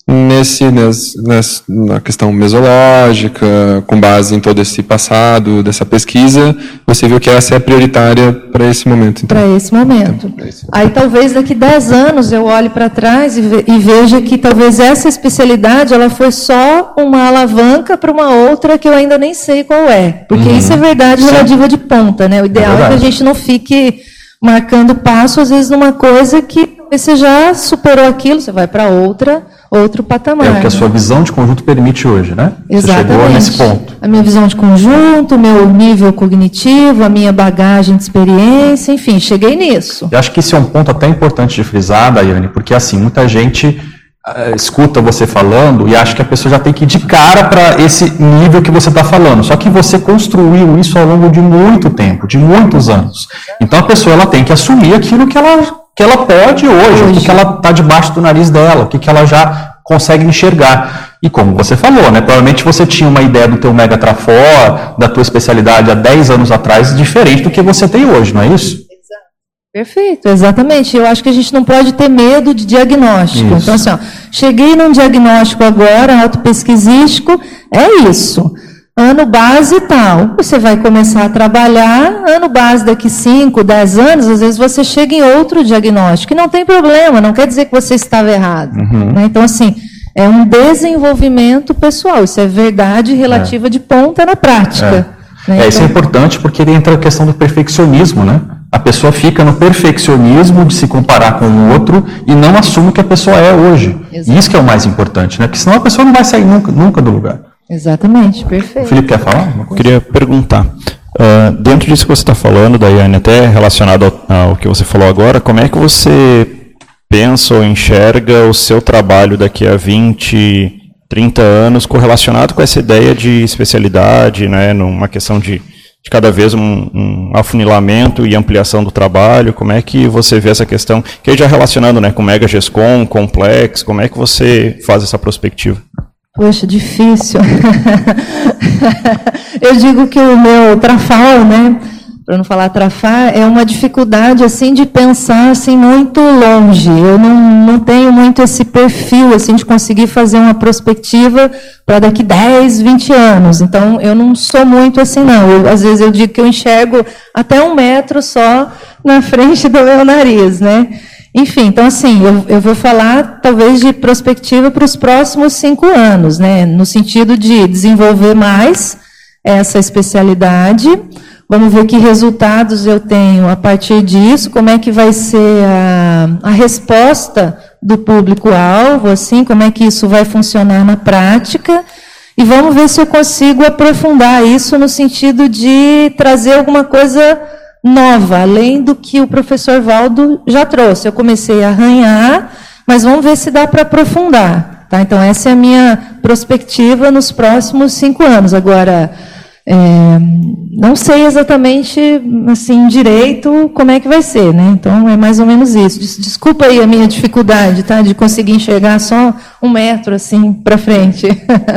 nesse, nesse, nesse, na questão mesológica, com base em todo esse passado dessa pesquisa, você viu que essa é prioritária para esse momento. Então. Para esse momento. Então, esse... Aí talvez daqui dez anos eu olhe para trás e, ve e veja que talvez essa especialidade ela foi só uma alavanca para uma outra que eu ainda nem sei qual é. Porque uhum. isso é verdade Sim. relativa de ponta, né? O ideal é, é que a gente não fique marcando passo, às vezes, numa coisa que você já superou aquilo, você vai para outra, outro patamar. É o que a sua visão de conjunto permite hoje, né? Exatamente. Você chegou nesse ponto. A minha visão de conjunto, o meu nível cognitivo, a minha bagagem de experiência, enfim, cheguei nisso. Eu acho que esse é um ponto até importante de frisar, Daiane, porque assim, muita gente uh, escuta você falando e acha que a pessoa já tem que ir de cara para esse nível que você está falando. Só que você construiu isso ao longo de muito tempo, de muitos anos. Então a pessoa ela tem que assumir aquilo que ela... que ela pode hoje, hoje. o que ela está debaixo do nariz dela, o que, que ela já consegue enxergar. E como você falou, né, provavelmente você tinha uma ideia do teu Mega Trafor, da tua especialidade há dez anos atrás, diferente do que você tem hoje, não é isso? Exato. Perfeito, exatamente. Eu acho que a gente não pode ter medo de diagnóstico. Isso. Então, assim, ó, cheguei num diagnóstico agora, autopesquisístico, é isso. Ano base e tal. Você vai começar a trabalhar, ano base daqui cinco, dez anos, às vezes você chega em outro diagnóstico. E não tem problema, não quer dizer que você estava errado. Uhum. Né? Então, assim, é um desenvolvimento pessoal. Isso é verdade relativa é. de ponta na prática. É, né? é então, isso é importante porque entra a questão do perfeccionismo, né? A pessoa fica no perfeccionismo de se comparar com o outro e não assume o que a pessoa é hoje. Exato. Isso que é o mais importante, né? Porque senão a pessoa não vai sair nunca, nunca do lugar. Exatamente, perfeito. O Felipe quer falar? Eu queria perguntar, uh, dentro disso que você está falando, Daiane, até relacionado ao, ao que você falou agora, como é que você pensa ou enxerga o seu trabalho daqui a vinte, trinta anos correlacionado com essa ideia de especialidade, né, numa questão de, de cada vez um, um afunilamento e ampliação do trabalho? Como é que você vê essa questão, que aí já relacionando, né, com Mega GESCOM, Complex, como é que você faz essa perspectiva? Poxa, difícil. Eu digo que o meu trafal, né, para não falar trafar, é uma dificuldade assim de pensar assim muito longe. Eu não, não tenho muito esse perfil assim de conseguir fazer uma prospectiva para daqui dez, vinte anos. Então, eu não sou muito assim, não. Eu, às vezes eu digo que eu enxergo até um metro só na frente do meu nariz, né? Enfim, então assim, eu, eu vou falar talvez de prospectiva para os próximos cinco anos, né? No sentido de desenvolver mais essa especialidade. Vamos ver que resultados eu tenho a partir disso, como é que vai ser a, a resposta do público-alvo, assim, como é que isso vai funcionar na prática. E vamos ver se eu consigo aprofundar isso no sentido de trazer alguma coisa nova, além do que o professor Valdo já trouxe. Eu comecei a arranhar, mas vamos ver se dá para aprofundar. Tá? Então, essa é a minha prospectiva nos próximos cinco anos. Agora, é, não sei exatamente, assim, direito como é que vai ser, né? Então, é mais ou menos isso. Desculpa aí a minha dificuldade, tá? De conseguir enxergar só um metro, assim, para frente.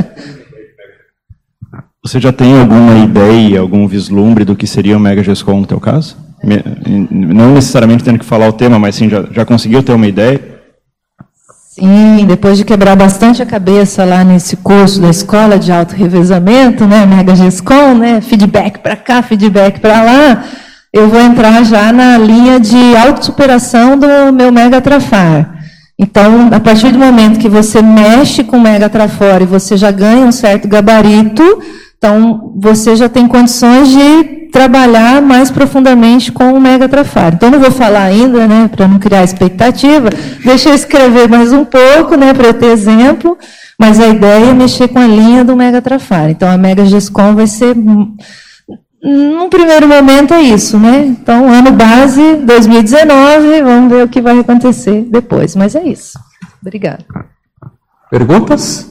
Você já tem alguma ideia, algum vislumbre do que seria o Mega GESCOM no teu caso? Não necessariamente tendo que falar o tema, mas sim, já, já conseguiu ter uma ideia? Sim, depois de quebrar bastante a cabeça lá nesse curso da escola de auto-revezamento, né, Mega GESCOM, né, feedback para cá, feedback para lá, eu vou entrar já na linha de autossuperação do meu Mega Trafar. Então, a partir do momento que você mexe com o Mega Trafor e você já ganha um certo gabarito, então você já tem condições de trabalhar mais profundamente com o Mega Trafar. Então, não vou falar ainda, né, para não criar expectativa, deixa eu escrever mais um pouco, né, para eu ter exemplo, mas a ideia é mexer com a linha do Mega Trafar. Então, a Mega GESCOM vai ser, num primeiro momento, é isso, né? Então, ano base, dois mil e dezenove, vamos ver o que vai acontecer depois, mas é isso. Obrigada. Perguntas?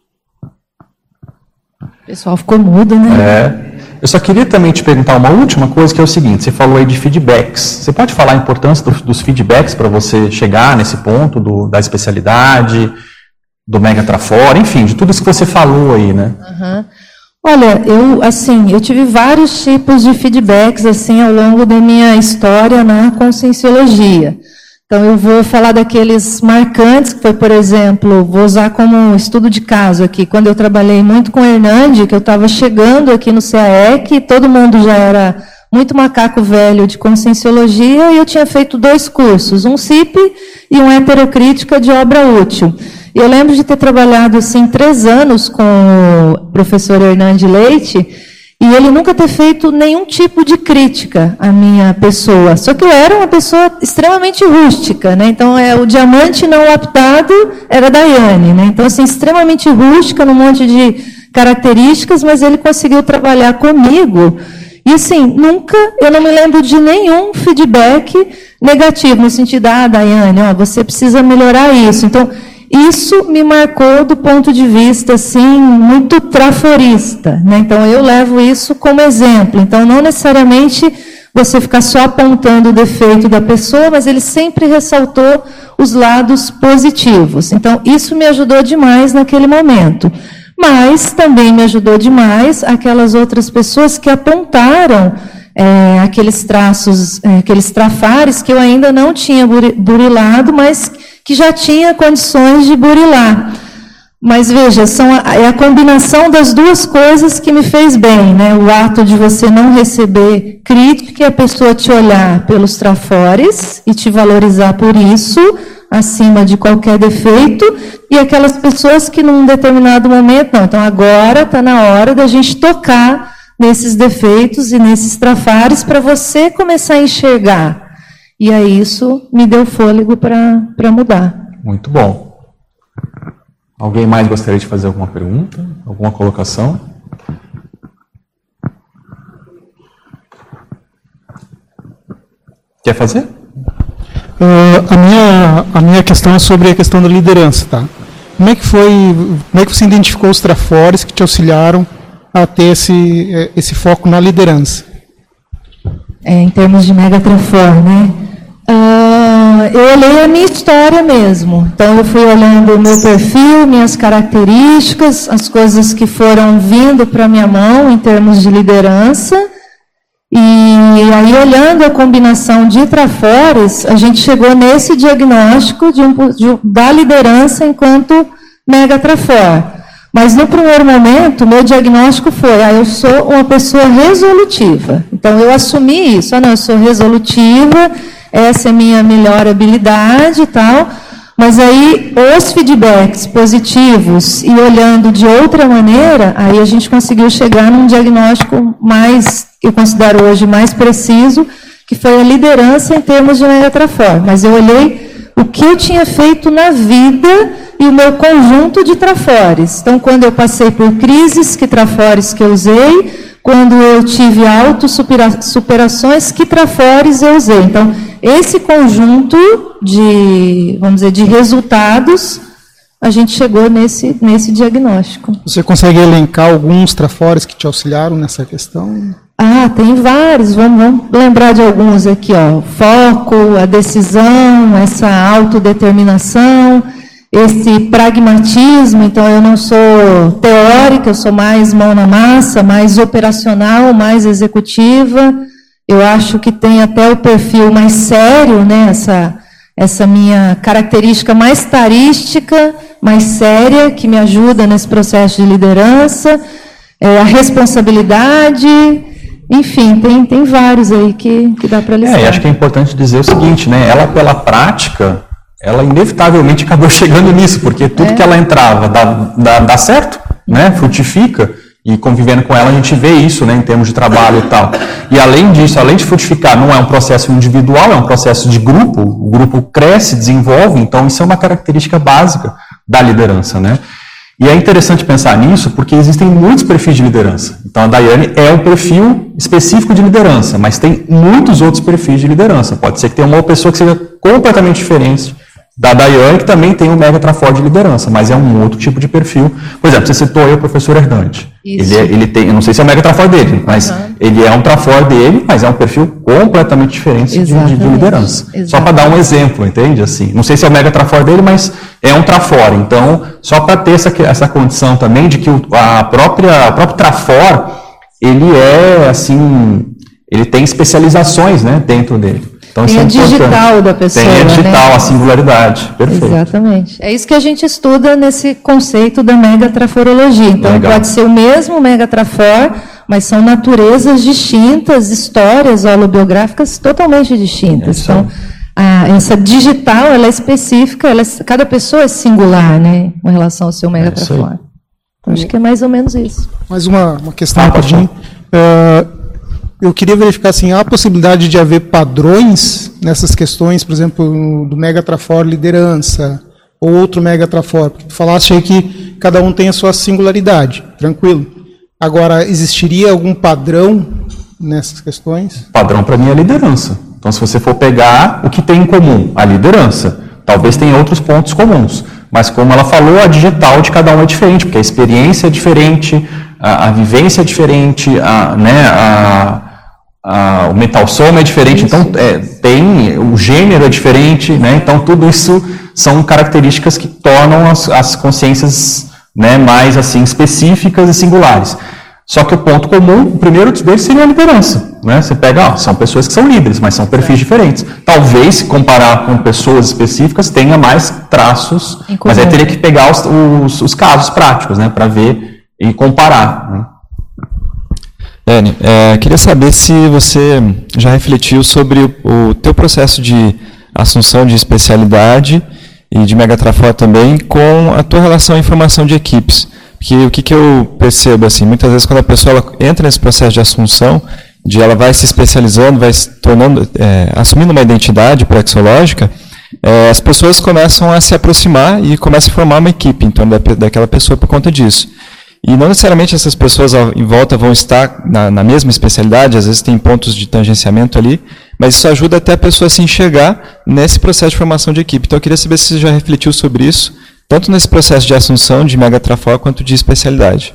O pessoal ficou mudo, né? É. Eu só queria também te perguntar uma última coisa, que é o seguinte, você falou aí de feedbacks. Você pode falar a importância do, dos feedbacks para você chegar nesse ponto do, da especialidade, do Mega Trafor, enfim, de tudo isso que você falou aí, né? Uhum. Olha, eu, assim, eu tive vários tipos de feedbacks, assim, ao longo da minha história na conscienciologia. Então, eu vou falar daqueles marcantes, que foi, por exemplo, vou usar como estudo de caso aqui, quando eu trabalhei muito com o Hernandes, que eu estava chegando aqui no C A E C, todo mundo já era muito macaco velho de conscienciologia, e eu tinha feito dois cursos, um C I P e um heterocrítica de obra útil. E eu lembro de ter trabalhado, assim, três anos com o professor Hernandes Leite, e ele nunca ter feito nenhum tipo de crítica à minha pessoa. Só que eu era uma pessoa extremamente rústica, né? Então, é, o diamante não lapidado era Daiane, né? Então, assim, extremamente rústica, num monte de características, mas ele conseguiu trabalhar comigo. E, assim, nunca, eu não me lembro de nenhum feedback negativo, no sentido, ah, Daiane, ó, você precisa melhorar isso. Então, isso me marcou do ponto de vista, assim, muito traforista, né? Então, eu levo isso como exemplo. Então, não necessariamente você ficar só apontando o defeito da pessoa, mas ele sempre ressaltou os lados positivos. Então, isso me ajudou demais naquele momento. Mas também me ajudou demais aquelas outras pessoas que apontaram é, aqueles traços, é, aqueles trafares que eu ainda não tinha burilado, mas que já tinha condições de burilar. Mas veja, são a, é a combinação das duas coisas que me fez bem, né? O ato de você não receber crítica e a pessoa te olhar pelos trafores e te valorizar por isso, acima de qualquer defeito, e aquelas pessoas que num determinado momento, não, então agora está na hora da gente tocar nesses defeitos e nesses trafares para você começar a enxergar. E aí isso me deu fôlego para mudar. Muito bom. Alguém mais gostaria de fazer alguma pergunta? Alguma colocação? Quer fazer? Uh, a, minha, a minha questão é sobre a questão da liderança, tá? Como é que foi, como é que você identificou os trafores que te auxiliaram a ter esse, esse foco na liderança? É, em termos de mega trafor, né? Uh, eu olhei a minha história mesmo. Então, eu fui olhando o meu perfil, minhas características, as coisas que foram vindo para a minha mão em termos de liderança. E aí, olhando a combinação de trafores, a gente chegou nesse diagnóstico de um, de, da liderança enquanto mega trafor. Mas, no primeiro momento, meu diagnóstico foi, ah, eu sou uma pessoa resolutiva. Então, eu assumi isso, ah, não, eu sou resolutiva, essa é a minha melhor habilidade e tal. Mas aí, os feedbacks positivos e olhando de outra maneira, aí a gente conseguiu chegar num diagnóstico mais, que eu considero hoje mais preciso, que foi a liderança em termos de mega trafor. Mas eu olhei o que eu tinha feito na vida e o meu conjunto de trafores. Então, quando eu passei por crises, que trafores que eu usei, quando eu tive autossuperações, que trafores eu usei. Então, esse conjunto de, vamos dizer, de resultados, a gente chegou nesse, nesse diagnóstico. Você consegue elencar alguns trafores que te auxiliaram nessa questão? Ah, tem vários, vamos, vamos lembrar de alguns aqui, ó. Foco, a decisão, essa autodeterminação, esse pragmatismo. Então, eu não sou teórica, eu sou mais mão na massa, mais operacional, mais executiva. Eu acho que tem até o perfil mais sério, né? Essa, essa minha característica mais tarística, mais séria, que me ajuda nesse processo de liderança, é, a responsabilidade, enfim, tem, tem vários aí que, que dá para listar. É, e acho que é importante dizer o seguinte, né? Ela, pela prática, ela inevitavelmente acabou chegando nisso, porque tudo é. que ela entrava dá, dá, dá certo, né? Frutifica. E convivendo com ela, a gente vê isso, né, em termos de trabalho e tal. E além disso, além de frutificar, não é um processo individual, é um processo de grupo. O grupo cresce, desenvolve, então isso é uma característica básica da liderança, né? E é interessante pensar nisso, porque existem muitos perfis de liderança. Então a Daiane é um perfil específico de liderança, mas tem muitos outros perfis de liderança. Pode ser que tenha uma pessoa que seja completamente diferente da Daiane, que também tem um mega trafor de liderança, mas é um outro tipo de perfil. Por exemplo, você citou aí o professor Hernandes. Ele, é, ele tem, eu não sei se é o mega trafor dele, mas uhum. ele é um trafor dele, mas é um perfil completamente diferente de, de, de liderança. Exatamente. Só para dar um exemplo, entende? Assim, não sei se é o mega trafor dele, mas é um trafor. Então, só para ter essa, essa condição também de que o, a própria, o próprio trafor, ele é assim, ele tem especializações, né, dentro dele. Então, tem isso a é digital da pessoa. Tem a digital, né? a singularidade. Perfeito. Exatamente. É isso que a gente estuda nesse conceito da megatraforologia. Então, Legal. pode ser o mesmo megatrafor, mas são naturezas distintas, histórias holobiográficas totalmente distintas. É então, a, essa digital, ela é específica, ela é, cada pessoa é singular, né, com relação ao seu megatrafor. É então, acho que é mais ou menos isso. Mais uma, uma questão Ah, rapidinho. Uh, eu queria verificar assim, há a possibilidade de haver padrões nessas questões, por exemplo, do megatrafor liderança, ou outro megatrafor, porque tu falaste aí que cada um tem a sua singularidade, tranquilo. Agora, existiria algum padrão nessas questões? Padrão para mim é a liderança. Então, se você for pegar o que tem em comum, a liderança, talvez tenha outros pontos comuns, mas como ela falou, a digital de cada um é diferente, porque a experiência é diferente, a, a vivência é diferente, a, né, a, a, o mental soma é diferente, isso. Então é, tem, o gênero é diferente, né, então tudo isso são características que tornam as, as consciências, né, mais assim específicas e singulares. Só que o ponto comum, o primeiro deles seria a liderança. Né? Você pega, ó, são pessoas que são líderes, mas são perfis diferentes. Talvez, se comparar com pessoas específicas, tenha mais traços, mas aí teria que pegar os, os, os casos práticos, né, para ver e comparar. Né? Dani, é, queria saber se você já refletiu sobre o, o teu processo de assunção de especialidade e de megatrafor também com a tua relação em formação de equipes. Porque o que, que eu percebo, assim, muitas vezes quando a pessoa ela entra nesse processo de assunção, de ela vai se especializando, vai se tornando, é, assumindo uma identidade praxeológica, é, as pessoas começam a se aproximar e começam a formar uma equipe em torno da, daquela pessoa por conta disso. E não necessariamente essas pessoas em volta vão estar na, na mesma especialidade, às vezes tem pontos de tangenciamento ali, mas isso ajuda até a pessoa a se enxergar nesse processo de formação de equipe. Então eu queria saber se você já refletiu sobre isso, tanto nesse processo de assunção de megatrafor quanto de especialidade.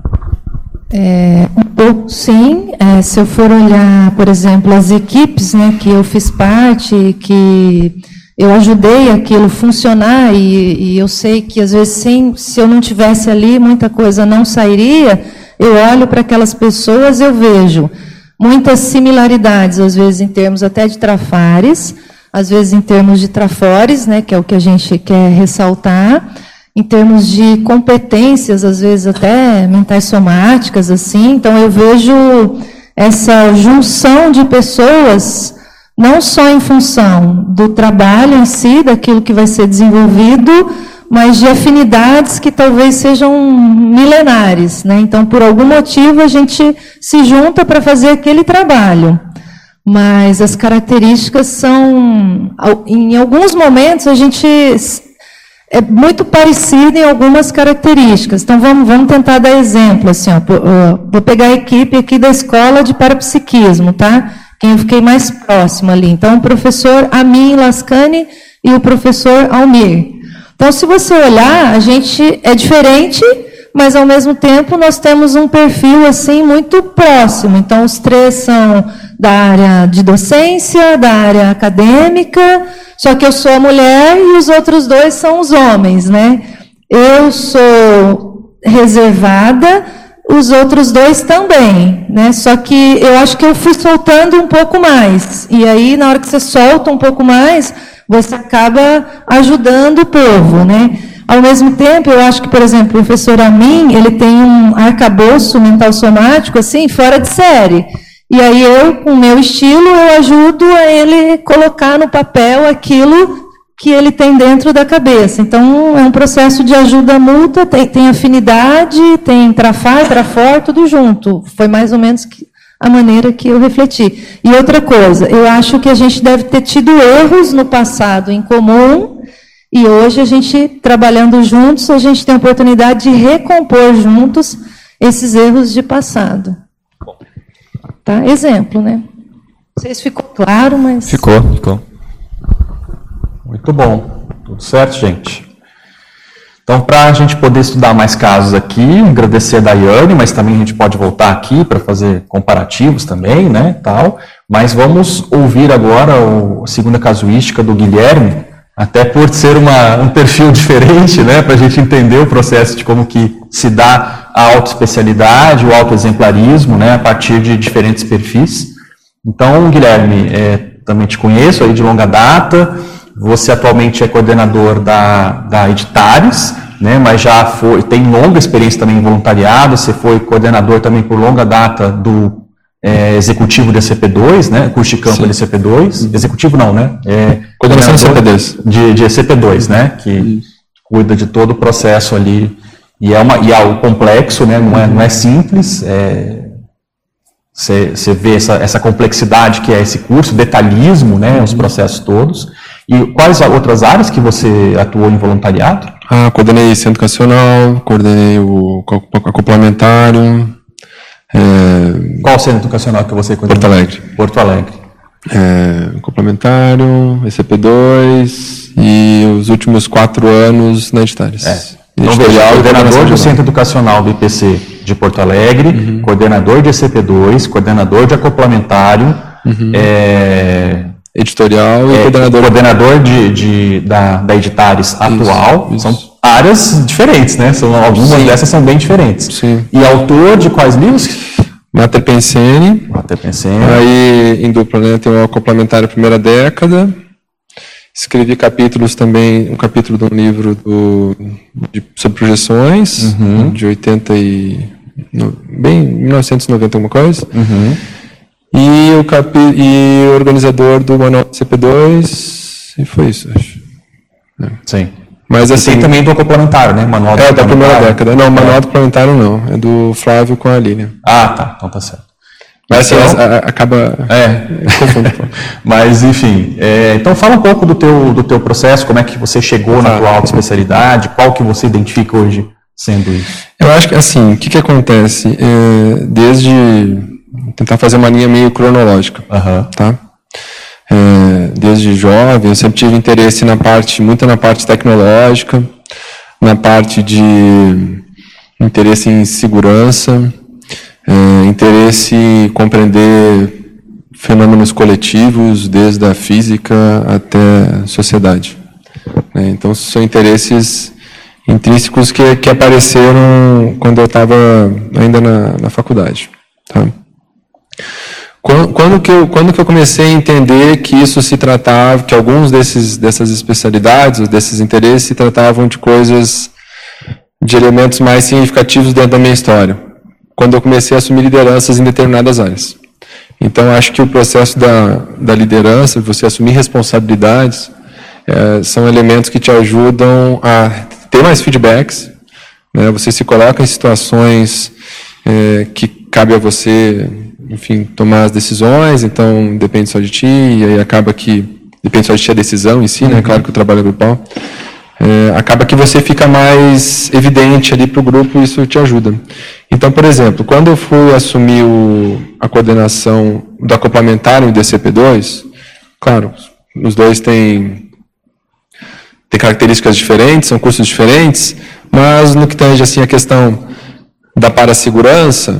É, um pouco, sim. É, se eu for olhar, por exemplo, as equipes, né, que eu fiz parte, que eu ajudei aquilo funcionar, e, e eu sei que, às vezes, sem, se eu não tivesse ali, muita coisa não sairia, eu olho para aquelas pessoas, eu vejo muitas similaridades, às vezes, em termos até de trafares, às vezes em termos de trafores, né, que é o que a gente quer ressaltar, em termos de competências, às vezes até mentais somáticas, assim. Então, eu vejo essa junção de pessoas, não só em função do trabalho em si, daquilo que vai ser desenvolvido, mas de afinidades que talvez sejam milenares, né? Então, por algum motivo, a gente se junta para fazer aquele trabalho. Mas as características são, em alguns momentos, a gente é muito parecido em algumas características. Então, vamos, vamos tentar dar exemplo. Assim, ó, vou pegar a equipe aqui da escola de parapsiquismo, tá? Quem eu fiquei mais próximo ali. Então, o professor Amin Lascani e o professor Almir. Então, se você olhar, a gente é diferente, mas, ao mesmo tempo, nós temos um perfil assim muito próximo. Então, os três são da área de docência, da área acadêmica, só que eu sou a mulher e os outros dois são os homens, né? Eu sou reservada, os outros dois também, né? Só que eu acho que eu fui soltando um pouco mais. E aí, na hora que você solta um pouco mais, você acaba ajudando o povo, né? Ao mesmo tempo, eu acho que, por exemplo, o professor Amin, ele tem um arcabouço mental somático, assim, fora de série. E aí eu, com o meu estilo, eu ajudo a ele colocar no papel aquilo que ele tem dentro da cabeça. Então, é um processo de ajuda mútua, tem, tem afinidade, tem trafar, trafor, tudo junto. Foi mais ou menos que, a maneira que eu refleti. E outra coisa, eu acho que a gente deve ter tido erros no passado em comum, e hoje a gente, trabalhando juntos, a gente tem a oportunidade de recompor juntos esses erros de passado. Tá? Exemplo, né? Não sei se ficou claro, mas... Ficou, ficou. Muito bom. Tudo certo, gente? Então, para a gente poder estudar mais casos aqui, agradecer a Daiane, mas também a gente pode voltar aqui para fazer comparativos também, né, tal. Mas vamos ouvir agora o, a segunda casuística do Guilherme, até por ser uma, um perfil diferente, né, para a gente entender o processo de como que se dá a autoespecialidade, o autoexemplarismo, né, a partir de diferentes perfis. Então, Guilherme, é, também te conheço aí de longa data. Você atualmente é coordenador da, da Editares, né, mas já foi, tem longa experiência também em voluntariado. Você foi coordenador também por longa data do é, executivo de E C P dois, né, curso de campo Sim. de E C P dois. Executivo não, né? É, coordenação de E C P dois. De, de E C P dois, né, que Isso. cuida de todo o processo ali. E é, uma, e é algo complexo, né, não, é, não é simples. Você é, vê essa, essa complexidade que é esse curso, detalhismo, né, os processos todos. E quais outras áreas que você atuou em voluntariado? Ah, coordenei centro educacional, coordenei o acoplamentário. É... Qual centro educacional que você coordenou? Porto Alegre. Porto Alegre. É, complementário, E C P dois e os últimos quatro anos na Editares. É. Então, veja, coordenador do Centro Educacional do I P C de Porto Alegre, uhum. coordenador de E C P dois, coordenador de acoplamentário, uhum. é... editorial e é, coordenador, coordenador de, de, da, da Editares atual. Isso, isso. São áreas diferentes, né? São, algumas Sim. dessas são bem diferentes. Sim. E autor de quais livros? Mater Pensene. Mater Pensene. Aí, em dupla, né? Tem o Acoplamentário Primeira Década. Escrevi capítulos também, um capítulo de um livro do, de, sobre projeções, uhum. de oitenta e... No, bem, mil novecentos e noventa, alguma coisa. Uhum. E o capi, e organizador do Manual C P dois, e foi isso, acho. É. Sim. Mas assim... E tem também do complementar, né? Manual do É, da primeira década. Não, o Manual do complementar não, é do Flávio com a Lilian. Ah, tá, então tá certo. Mas então, assim, a, a, acaba... É, mas enfim, é, então fala um pouco do teu, do teu processo, como é que você chegou na ah, tua alta especialidade, qual que você identifica hoje sendo isso? Eu acho que, assim, o que que acontece? É, desde... tentar fazer uma linha meio cronológica, uhum. tá? É, desde jovem, eu sempre tive interesse na parte, muito na parte tecnológica, na parte de interesse em segurança, é, interesse em compreender fenômenos coletivos, desde a física até a sociedade. É, então, são interesses intrínsecos que, que apareceram quando eu estava ainda na, na faculdade, tá? Quando, quando, que eu, quando que eu comecei a entender que isso se tratava, que alguns desses, dessas especialidades, desses interesses, se tratavam de coisas, de elementos mais significativos dentro da minha história? Quando eu comecei a assumir lideranças em determinadas áreas. Então, acho que o processo da, da liderança, você assumir responsabilidades, é, são elementos que te ajudam a ter mais feedbacks, né? Você se coloca em situações é, que cabe a você... enfim, tomar as decisões, então depende só de ti, e aí acaba que, depende só de ti a decisão em si, né, uhum. claro que o trabalho é grupal, é, acaba que você fica mais evidente ali para o grupo e isso te ajuda. Então, por exemplo, quando eu fui assumir o, a coordenação do acoplamentário do E C P dois, claro, os dois têm, têm características diferentes, são cursos diferentes, mas no que tange assim, a questão da parasegurança,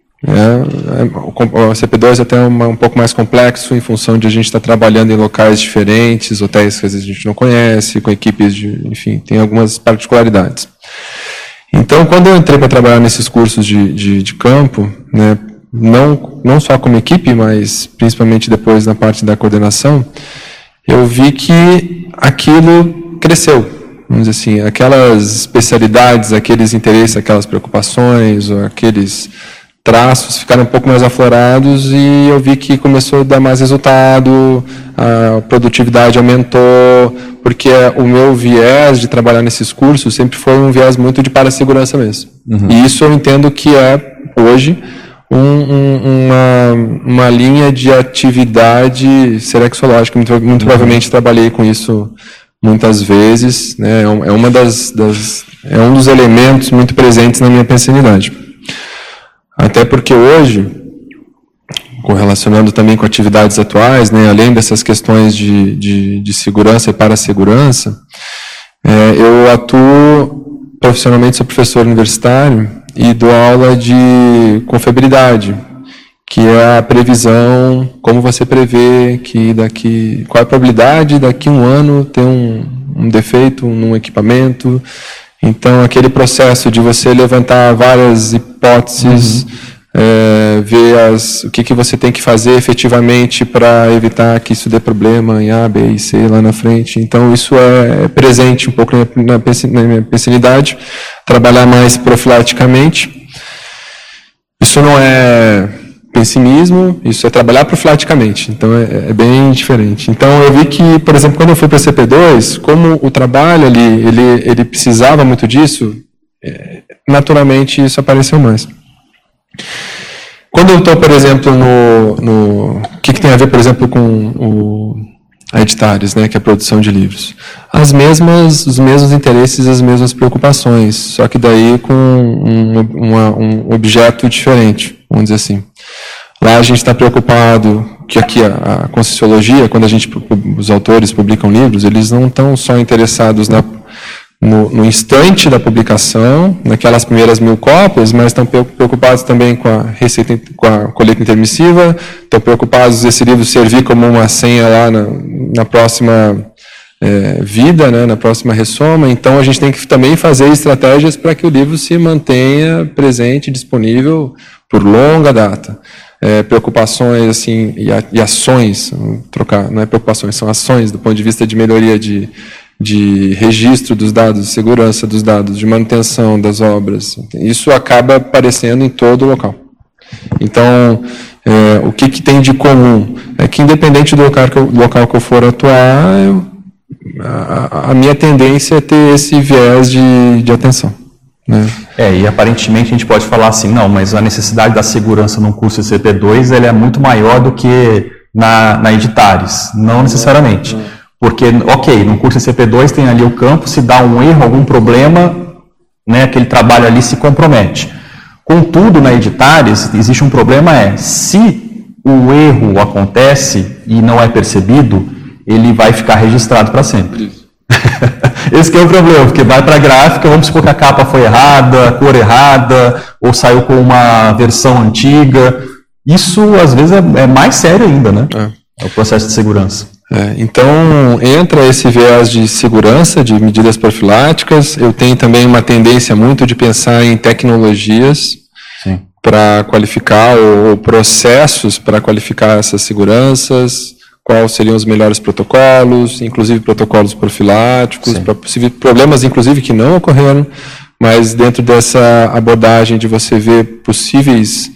É, o C P dois é até uma, um pouco mais complexo em função de a gente estar trabalhando em locais diferentes, hotéis que às vezes a gente não conhece, com equipes de, enfim, tem algumas particularidades. Então, quando eu entrei para trabalhar nesses cursos de, de, de campo, né, não, não só como equipe, mas principalmente depois na parte da coordenação, eu vi que aquilo cresceu. Vamos dizer assim, aquelas especialidades, aqueles interesses, aquelas preocupações, ou aqueles traços ficaram um pouco mais aflorados e eu vi que começou a dar mais resultado, a produtividade aumentou, porque o meu viés de trabalhar nesses cursos sempre foi um viés muito de parasegurança mesmo. Uhum. E isso eu entendo que é, hoje, um, um, uma, uma linha de atividade serexológica. Muito, muito uhum. provavelmente trabalhei com isso muitas vezes, né? É uma das, das, é um dos elementos muito presentes na minha pensanidade. Até porque hoje, correlacionando também com atividades atuais, né, além dessas questões de, de, de segurança e parasegurança, é, eu atuo profissionalmente, sou professor universitário e dou aula de confiabilidade, que é a previsão, como você prevê que daqui, qual é a probabilidade daqui a um ano ter um, um defeito num equipamento. Então, aquele processo de você levantar várias hipóteses, uhum. é, ver as, o que, que você tem que fazer efetivamente para evitar que isso dê problema em A, B e C lá na frente. Então, isso é presente um pouco na, na, na minha pensinidade, trabalhar mais profilaticamente. Isso não é pessimismo, isso é trabalhar profilaticamente, então é, é bem diferente. Então, eu vi que, por exemplo, quando eu fui para a C P dois, como o trabalho ali, ele, ele precisava muito disso, é, naturalmente isso apareceu mais. Quando eu estou, por exemplo, no... no o que, que tem a ver, por exemplo, com o, a Editares, né, que é a produção de livros? As mesmas, os mesmos interesses, as mesmas preocupações, só que daí com um, uma, um objeto diferente, vamos dizer assim. Lá a gente está preocupado que aqui a, a Conscienciologia, quando a gente, os autores publicam livros, eles não estão só interessados na No, no instante da publicação, naquelas primeiras mil cópias, mas estão preocupados também com a receita, com a colheita intermissiva, estão preocupados esse livro servir como uma senha lá na, na próxima é, vida, né, na próxima ressoma. Então a gente tem que também fazer estratégias para que o livro se mantenha presente, disponível por longa data. É, preocupações assim e, a, e ações, trocar, não é preocupações, são ações do ponto de vista de melhoria de de registro dos dados, de segurança dos dados, de manutenção das obras. Isso acaba aparecendo em todo o local. Então, é, o que, que tem de comum? É que, independente do local que eu, do local que eu for atuar, eu, a, a minha tendência é ter esse viés de, de atenção. Né? É, e aparentemente a gente pode falar assim, não, mas a necessidade da segurança num curso de C P dois ele é muito maior do que na, na Editares. Não necessariamente. Não, não. Porque, ok, no curso C P dois tem ali o campo, se dá um erro, algum problema, né, aquele trabalho ali se compromete. Contudo, na Editares, existe um problema, é, se o erro acontece e não é percebido, ele vai ficar registrado para sempre. Esse que é o problema, porque vai para a gráfica, vamos supor que a capa foi errada, a cor errada, ou saiu com uma versão antiga. Isso, às vezes, é, é mais sério ainda, né? É, é o processo de segurança. É, então, entra esse viés de segurança, de medidas profiláticas. Eu tenho também uma tendência muito de pensar em tecnologias para qualificar, ou, ou processos para qualificar essas seguranças, quais seriam os melhores protocolos, inclusive protocolos profiláticos, para possíveis problemas, inclusive, que não ocorreram, mas dentro dessa abordagem de você ver possíveis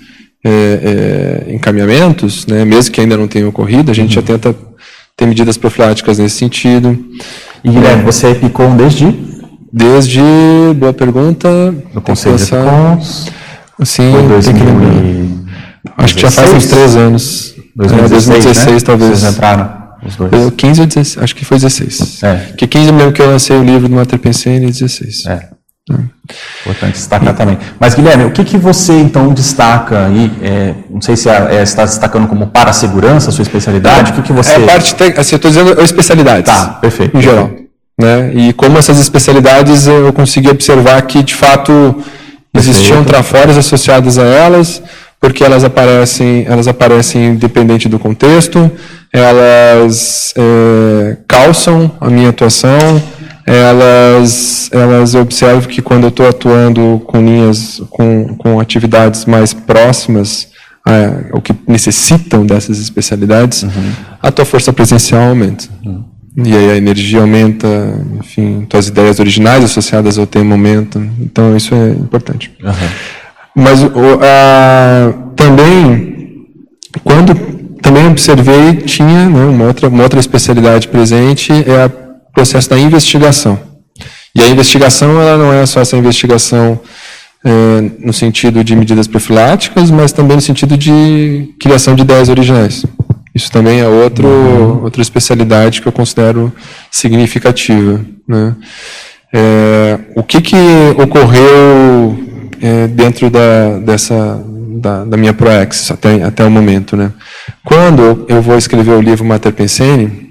é, é, encaminhamentos, né, mesmo que ainda não tenham ocorrido, a gente uhum. já tenta ter medidas profiláticas nesse sentido. E Guilherme, você é EPICOM desde? Desde, boa pergunta. No Conselho de EPICOMs? Sim, foi dois mil e... acho que já faz uns três anos. dois mil e dezesseis, é, dois mil e dezesseis, né? Talvez. Vocês entraram, os dois. Eu, quinze ou dezesseis, acho que foi dezesseis. É. Que quinze eu me lembro que eu lancei o livro do Mater Pensene e dezesseis. É. Importante destacar também. Mas, Guilherme, o que, que você, então, destaca aí? É, não sei se é, é, está destacando como para a segurança, a sua especialidade, é, o que, que você... É a parte, te... assim, eu estou dizendo especialidades. Tá, perfeito. Em geral. Né? E como essas especialidades eu consegui observar que, de fato, existiam trafores associadas a elas, porque elas aparecem, elas aparecem independente do contexto, elas é, calçam a minha atuação, elas, elas eu observo que quando eu estou atuando com linhas, com, com atividades mais próximas é, ao que necessitam dessas especialidades, uhum. a tua força presencial aumenta. Uhum. E aí a energia aumenta, enfim, tuas ideias originais associadas ao tema aumentam. Então isso é importante. Uhum. Mas o, a, também, quando também observei, tinha, né, uma, outra, uma outra especialidade presente, é o processo da investigação. E a investigação, ela não é só essa investigação é, no sentido de medidas profiláticas, mas também no sentido de criação de ideias originais. Isso também é outro, uhum. outra especialidade que eu considero significativa. Né? É, o que, que ocorreu é, dentro da, dessa, da, da minha ProEx até, até o momento? Né? Quando eu vou escrever o livro Mater Pensene,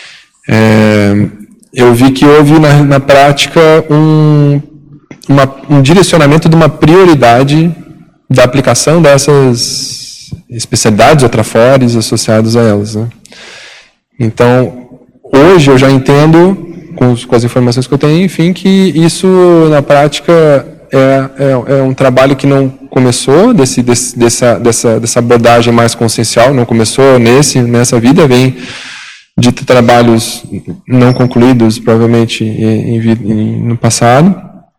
é, eu vi que houve na, na prática um, uma, um direcionamento de uma prioridade da aplicação dessas especialidades ou trafores associados a elas. Né? Então, hoje eu já entendo, com, com as informações que eu tenho, enfim, que isso na prática é, é, é um trabalho que não começou desse, desse, dessa, dessa, dessa abordagem mais consciencial, não começou nesse, nessa vida, vem de trabalhos não concluídos, provavelmente, em, em, no passado,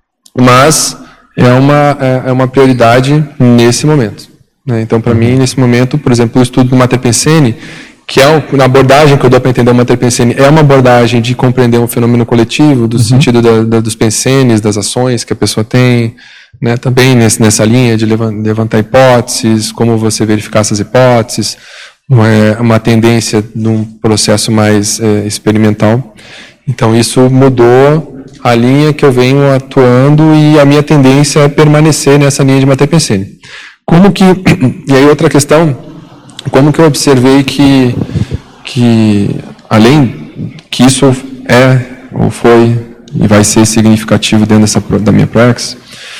mas é uma, é uma prioridade nesse momento. Né? Então, para mim, nesse momento, por exemplo, o estudo do Mater Pensene, que é a abordagem que eu dou para entender o Mater Pensene, é uma abordagem de compreender um fenômeno coletivo, do uhum. sentido da, da, dos pensenes, das ações que a pessoa tem, né? Também nesse, nessa linha de levantar hipóteses, como você verificar essas hipóteses, uma, uma tendência de um processo mais é, experimental. Então, isso mudou a linha que eu venho atuando e a minha tendência é permanecer nessa linha de Mater Pensene. Como que... E aí, outra questão, como que eu observei que, que além que isso é, ou foi, e vai ser significativo dentro dessa, da minha praxis,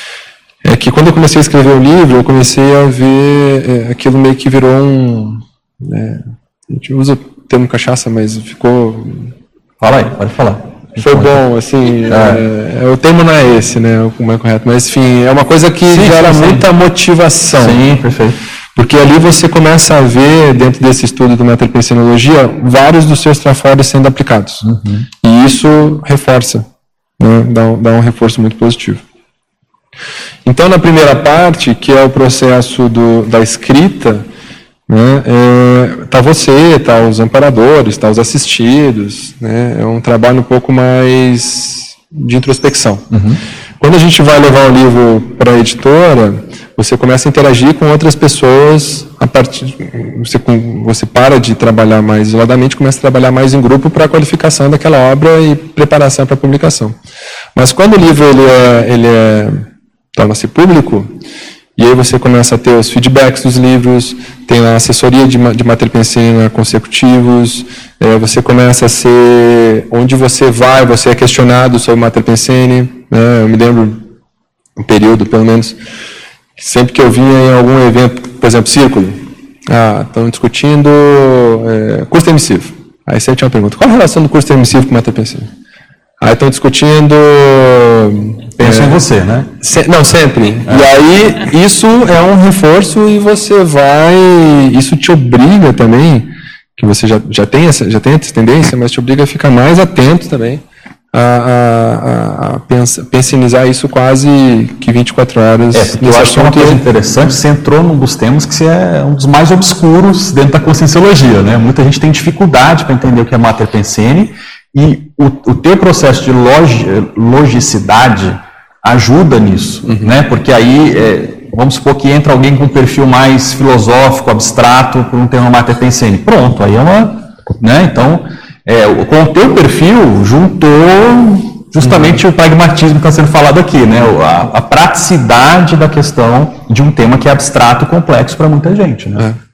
é que quando eu comecei a escrever o livro, eu comecei a ver é, aquilo meio que virou um... É, a gente usa o termo cachaça, mas ficou... Fala aí, pode falar. Foi bom, assim, é. É, o termo não é esse, né, o mais correto, mas enfim, é uma coisa que sim, gera sim, muita sim. motivação. Sim, perfeito. Porque ali você começa a ver, dentro desse estudo do Mater Pensenologia, vários dos seus trafores sendo aplicados. Uhum. E isso reforça, né, dá, um, dá um reforço muito positivo. Então, na primeira parte, que é o processo do, da escrita, né, é, tá você, tá os amparadores, tá os assistidos, né, é um trabalho um pouco mais de introspecção. Uhum. Quando a gente vai levar o livro para a editora, você começa a interagir com outras pessoas, a partir, você, você para de trabalhar mais isoladamente, começa a trabalhar mais em grupo para a qualificação daquela obra e preparação para a publicação. Mas quando o livro ele é, ele é, torna-se público, e aí você começa a ter os feedbacks dos livros, tem a assessoria de, de Mater Pensene consecutivos, é, você começa a ser, onde você vai, você é questionado sobre Mater Pensene, né? Eu me lembro, um período pelo menos, sempre que eu vinha em algum evento, por exemplo, círculo, ah, estão discutindo é, curso emissivo. Aí sempre tinha uma pergunta, qual a relação do curso emissivo com Mater Pensene? Aí estão discutindo... Penso é, em você, né? Se, não, sempre. É. E aí, isso é um reforço e você vai... Isso te obriga também, que você já, já, tem, essa, já tem essa tendência, mas te obriga a ficar mais atento também, a, a, a pensa, pensionizar isso quase que vinte e quatro horas. É, porque eu acho que é uma coisa interessante, você entrou num dos temas que é um dos mais obscuros dentro da conscienciologia, né? Muita gente tem dificuldade para entender o que é Mater Pensene, e o, o teu processo de log, logicidade ajuda nisso, uhum. né? Porque aí, é, vamos supor que entra alguém com um perfil mais filosófico, abstrato, por um tema Mater Pensene. Pronto, aí é uma... Né? Então, é, com o teu perfil, juntou justamente uhum. o pragmatismo que está sendo falado aqui, né? A, a praticidade da questão de um tema que é abstrato e complexo para muita gente, né? É.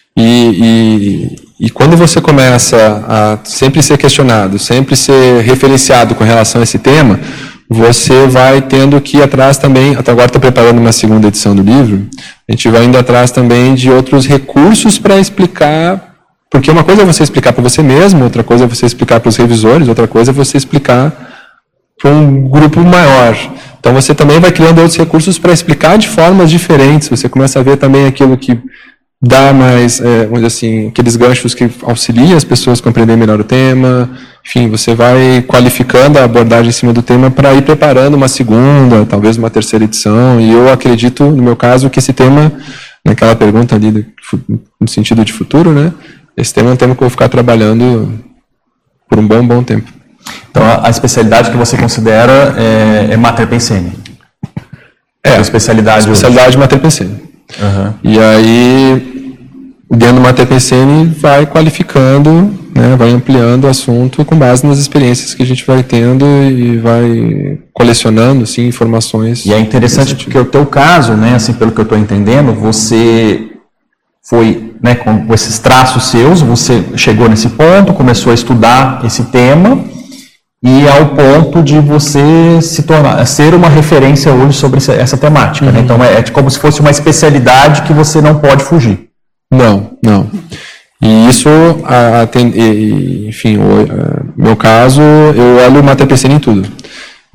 E, e, e quando você começa a sempre ser questionado, sempre ser referenciado com relação a esse tema, você vai tendo que ir atrás também, até agora estou preparando uma segunda edição do livro, a gente vai indo atrás também de outros recursos para explicar, porque uma coisa é você explicar para você mesmo, outra coisa é você explicar para os revisores, outra coisa é você explicar para um grupo maior. Então você também vai criando outros recursos para explicar de formas diferentes, você começa a ver também aquilo que dá mais, é, vamos dizer assim, aqueles ganchos que auxiliam as pessoas a compreender melhor o tema. Enfim, você vai qualificando a abordagem em cima do tema para ir preparando uma segunda, talvez uma terceira edição. E eu acredito, no meu caso, que esse tema, naquela pergunta ali do, no sentido de futuro, né? Esse tema é um tema que eu vou ficar trabalhando por um bom, bom tempo. Então, a, a especialidade que você considera é, é Mater Pensene? É, a especialidade, a especialidade de Mater Pensene. Uhum. E aí, dentro do Mater Pensene, vai qualificando, né, vai ampliando o assunto com base nas experiências que a gente vai tendo e vai colecionando assim, informações. E é interessante porque o teu caso, né, assim, pelo que eu estou entendendo, você foi, né, com esses traços seus, você chegou nesse ponto, começou a estudar esse tema, e ao ponto de você se tornar, ser uma referência hoje sobre essa temática. Uhum. Né? Então, é, é como se fosse uma especialidade que você não pode fugir. Não, não. E isso, a, a, enfim, o a, meu caso, eu olho o Mater Pensene em tudo.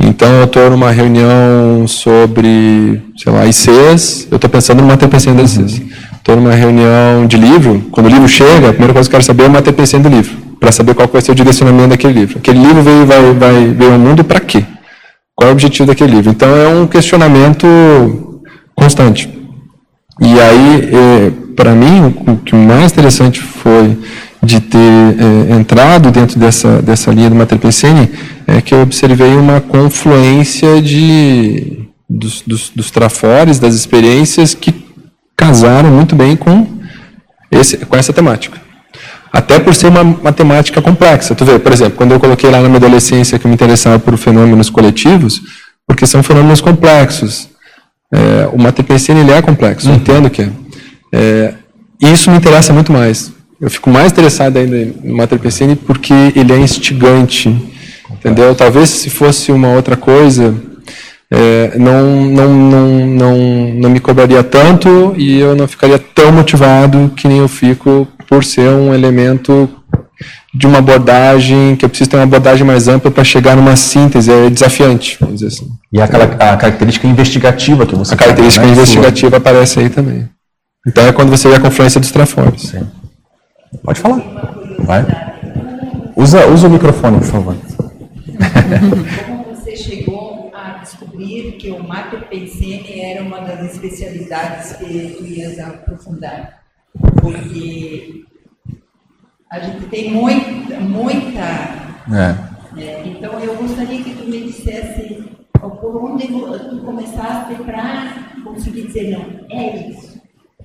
Então, eu estou numa reunião sobre, sei lá, I Cs, eu estou pensando no Mater Pensene das I Cs. Estou numa reunião de livro, quando o livro chega, a primeira coisa que eu quero saber é o Mater Pensene do livro, para saber qual vai ser o direcionamento daquele livro. Aquele livro veio, vai, vai, veio ao mundo para quê? Qual é o objetivo daquele livro? Então, é um questionamento constante. E aí, é, para mim, o que mais interessante foi de ter é, entrado dentro dessa, dessa linha do Mater Pensene, é que eu observei uma confluência de, dos, dos, dos trafores, das experiências que casaram muito bem com, esse, com essa temática. Até por ser uma, uma temática complexa. Tu vê, por exemplo, quando eu coloquei lá na minha adolescência que eu me interessava por fenômenos coletivos, porque são fenômenos complexos. É, o Mater Pensene, ele é complexo, eu entendo que é. é. E isso me interessa muito mais. Eu fico mais interessado ainda no Mater Pensene porque ele é instigante, entendeu? Talvez se fosse uma outra coisa, é, não, não, não, não, não me cobraria tanto e eu não ficaria tão motivado que nem eu fico por ser um elemento de uma abordagem, que eu preciso ter uma abordagem mais ampla para chegar numa síntese, é desafiante, vamos dizer assim. E aquela, a característica investigativa que você... A característica tem, né, investigativa sua. Aparece aí também. Então é quando você vê a confluência dos trafores. Sim. Pode falar. Vai. Usa, usa o microfone, por favor. Como você chegou a descobrir que o Mater Pensene era uma das especialidades que tu ias aprofundar? Porque a gente tem muita, muita... É. É, então eu gostaria que tu me dissesse por onde tu começaste para conseguir dizer, não, é isso.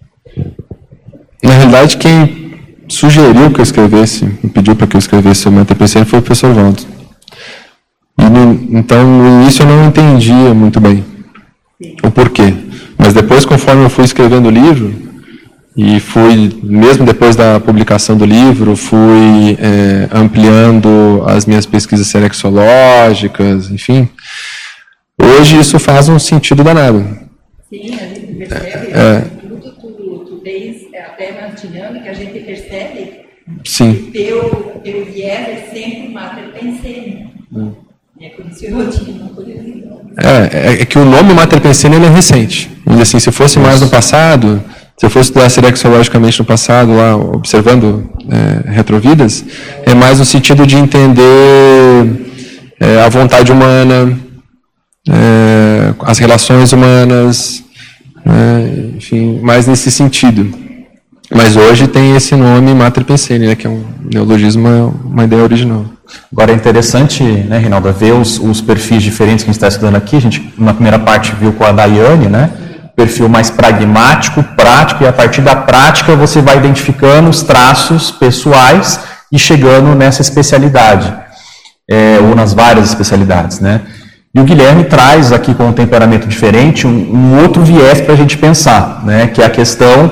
Na realidade, quem sugeriu que eu escrevesse, me pediu para que eu escrevesse sobre o Mater Pensene foi o professor Waldo. E no, então, no início eu não entendia muito bem Sim. o porquê. Mas depois, conforme eu fui escrevendo o livro, e fui, mesmo depois da publicação do livro, fui é, ampliando as minhas pesquisas serexológicas, enfim, hoje isso faz um sentido danado. Sim, a gente percebe, é, tudo tu, tu tens até na dinâmica, a gente percebe sim. que teu, teu viés é sempre Mater Pensene. Hum. É por isso que eu tinha uma curiosidade. É, é que o nome Mater Pensene ele é recente. Vamos dizer assim, se fosse mais no passado, se eu fosse estudar serexologicamente no passado, lá, observando é, retrovidas, é mais no sentido de entender é, a vontade humana, é, as relações humanas, é, enfim, mais nesse sentido. Mas hoje tem esse nome Mater Pensene, né, que é um neologismo, uma ideia original. Agora é interessante, né, Reinaldo, ver os, os perfis diferentes que a gente está estudando aqui. A gente, na primeira parte, viu com a Daiane, né? Perfil mais pragmático, prático, e a partir da prática você vai identificando os traços pessoais e chegando nessa especialidade, é, ou nas várias especialidades, né? E o Guilherme traz aqui com um temperamento diferente um, um outro viés para a gente pensar, né? Que é a questão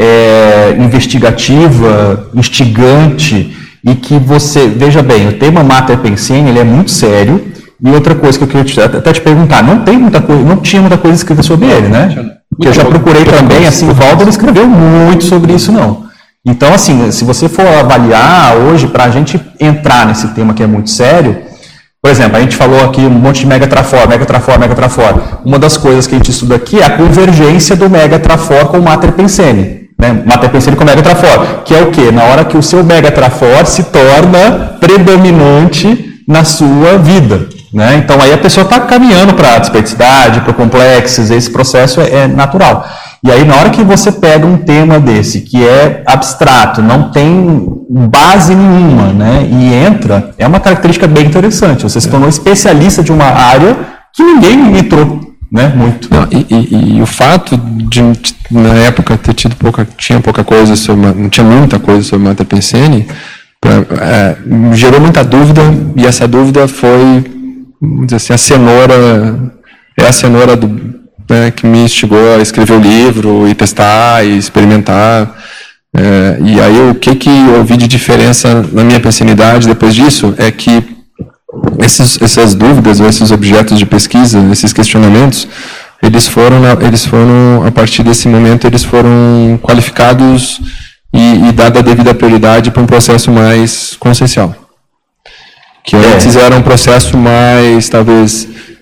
é, investigativa, instigante, e que você, veja bem, o tema Mater Pensene, ele é muito sério. E outra coisa que eu queria te, até te perguntar, não tem muita coisa, não tinha muita coisa escrita sobre ele, né? Porque eu já procurei também, assim, o Waldo não escreveu muito sobre isso, não. Então, assim, se você for avaliar hoje, para a gente entrar nesse tema que é muito sério, por exemplo, a gente falou aqui um monte de megatrafor, megatrafor, megatrafor. Uma das coisas que a gente estuda aqui é a convergência do megatrafor com o Mater Pensene. Né? Mater Pensene com megatrafor, que é o quê? Na hora que o seu megatrafor se torna predominante na sua vida. Né? Então aí a pessoa está caminhando para a dispeticidade, para complexos, esse processo é, é natural. E aí na hora que você pega um tema desse, que é abstrato, não tem base nenhuma, né? E entra, é uma característica bem interessante. Você se tornou especialista de uma área que ninguém entrou, né? Muito. Não, e, e, e o fato de, na época, ter tido pouca, tinha pouca coisa sobre, não tinha muita coisa sobre Mater Pensene, pra, é, gerou muita dúvida, e essa dúvida foi, vamos dizer assim, a cenoura, é a cenoura do, né, que me instigou a escrever o livro, e testar, e experimentar. É, e aí o que, que eu vi de diferença na minha pensenidade depois disso é que esses, essas dúvidas, ou esses objetos de pesquisa, esses questionamentos, eles foram, eles foram, a partir desse momento, eles foram qualificados e, e dada a devida prioridade para um processo mais consciencial. Que antes era um processo mais, talvez,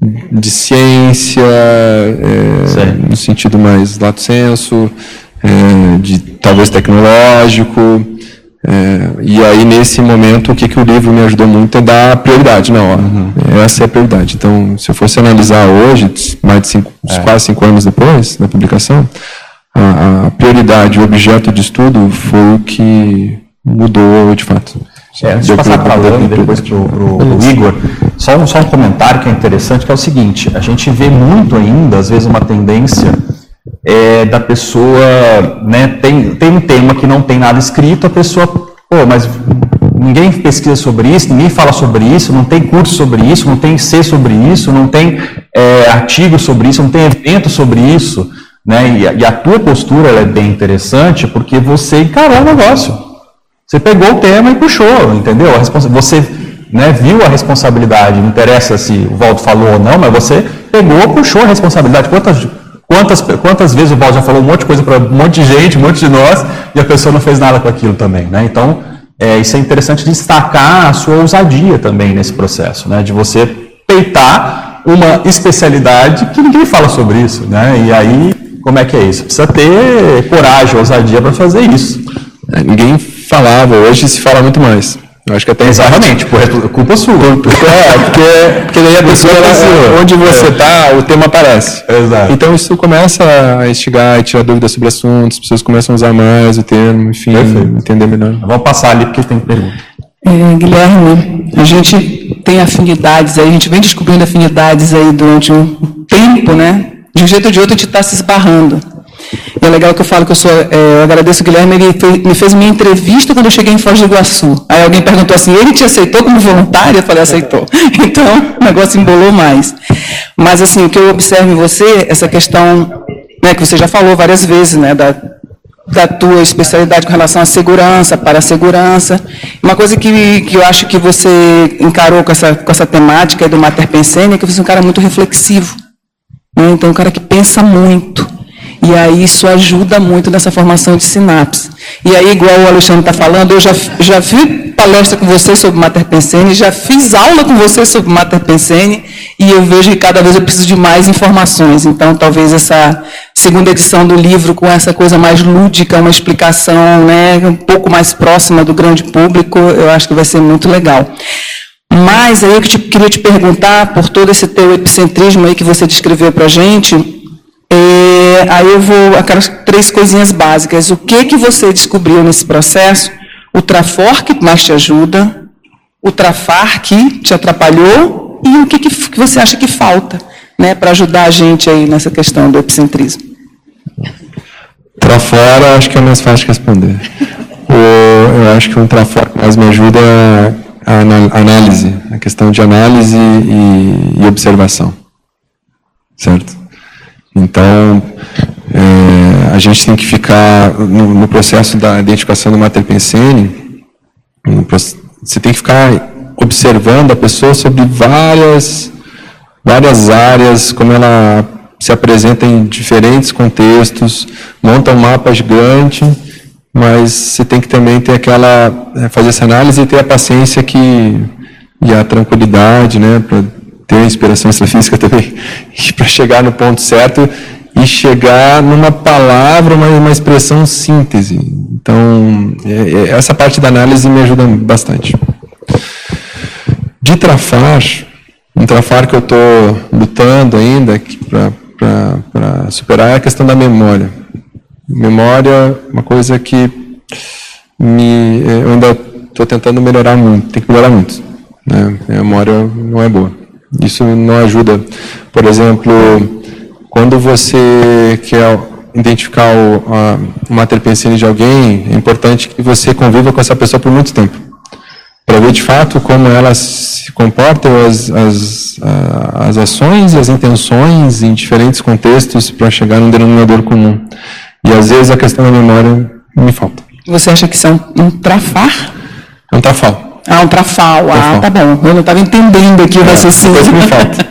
de ciência, é, no sentido mais lato sensu, é, de talvez tecnológico. É, e aí, nesse momento, o que, que o livro me ajudou muito é dar prioridade na hora. Uhum. Essa é a prioridade. Então, se eu fosse analisar hoje, mais de cinco, é. quase cinco anos depois da publicação, a, a prioridade, o objeto de estudo foi o que mudou de fato. É, antes de passar para a Lana e depois para o Igor, só um, só um comentário que é interessante, que é o seguinte: a gente vê muito ainda, às vezes, uma tendência é, da pessoa, né, tem, tem um tema que não tem nada escrito, a pessoa, pô, mas ninguém pesquisa sobre isso, ninguém fala sobre isso, não tem curso sobre isso, não tem C sobre isso, não tem é, artigo sobre isso, não tem evento sobre isso, né, e, e a tua postura ela é bem interessante, porque você encarou o negócio. Você pegou o tema e puxou, entendeu? A responsa- você, né, viu a responsabilidade, não interessa se o Valdo falou ou não, mas você pegou, puxou a responsabilidade. Quantas, quantas, quantas vezes o Valdo já falou um monte de coisa para um monte de gente, um monte de nós, e a pessoa não fez nada com aquilo também, né? Então, é, isso é interessante destacar a sua ousadia também nesse processo, né? De você peitar uma especialidade que ninguém fala sobre isso, né? E aí, como é que é isso? Precisa ter coragem, ousadia para fazer isso. É, ninguém falava, hoje se fala muito mais. Eu acho que até exatamente, por culpa sua. É, porque, porque daí a pessoa, ela, onde você está, é. o tema aparece. Exato. Então isso começa a instigar e tirar dúvidas sobre assuntos, as pessoas começam a usar mais o termo, enfim, Perfeito. entender melhor. Vamos passar ali porque tem pergunta. É, Guilherme, a gente tem afinidades aí, a gente vem descobrindo afinidades aí durante um tempo, né? De um jeito ou de outro a gente está se esbarrando. E é legal que eu falo que eu sou, é, eu agradeço o Guilherme, ele fez, me fez minha entrevista quando eu cheguei em Foz do Iguaçu. Aí alguém perguntou assim, ele te aceitou como voluntário? Eu falei, aceitou. Então, o negócio embolou mais. Mas, assim, o que eu observo em você, essa questão, né, que você já falou várias vezes, né, da, da tua especialidade com relação à segurança, para a segurança. Uma coisa que, que eu acho que você encarou com essa, com essa temática do Mater Pensene é que você é um cara muito reflexivo. Né? Então, um cara que pensa muito. E aí isso ajuda muito nessa formação de sinapse. E aí, igual o Alexandre está falando, eu já, já fiz palestra com você sobre Mater Pensene, já fiz aula com você sobre Mater Pensene, e eu vejo que cada vez eu preciso de mais informações. Então, talvez essa segunda edição do livro, com essa coisa mais lúdica, uma explicação, né, um pouco mais próxima do grande público, eu acho que vai ser muito legal. Mas aí eu te, queria te perguntar, por todo esse teu epicentrismo aí que você descreveu para a gente, É, aí eu vou, aquelas três coisinhas básicas. O que que você descobriu nesse processo? O Trafor que mais te ajuda, o Trafar que te atrapalhou e o que, que, que você acha que falta, né, para ajudar a gente aí nessa questão do epicentrismo? Trafor, acho que é mais fácil de responder. O, eu acho que o Trafor que mais me ajuda é a análise, a questão de análise e, e observação. Certo? Então, é, a gente tem que ficar, no, no processo da identificação do Mater Pensene, você tem que ficar observando a pessoa sobre várias, várias áreas, como ela se apresenta em diferentes contextos, monta um mapa gigante, mas você tem que também ter aquela, fazer essa análise e ter a paciência que, e a tranquilidade, né, para ter a inspiração extrafísica também, para chegar no ponto certo e chegar numa palavra, uma, uma expressão síntese. Então, é, é, essa parte da análise me ajuda bastante. De Trafar, um Trafar que eu estou lutando ainda para superar é a questão da memória. Memória é uma coisa que me, eu ainda estou tentando melhorar muito, tem que melhorar muito. Né? A memória não é boa. Isso não ajuda. Por exemplo, quando você quer identificar o, a, o Mater Pensene de alguém, é importante que você conviva com essa pessoa por muito tempo, para ver de fato como ela se comporta, as, as, as ações e as intenções em diferentes contextos para chegar num denominador comum. E às vezes a questão da memória me falta. Você acha que isso é um, um trafar? É um trafal. Ah, um trafal. Ah, tá bom. Eu não estava entendendo aqui o raciocínio. É, me falta.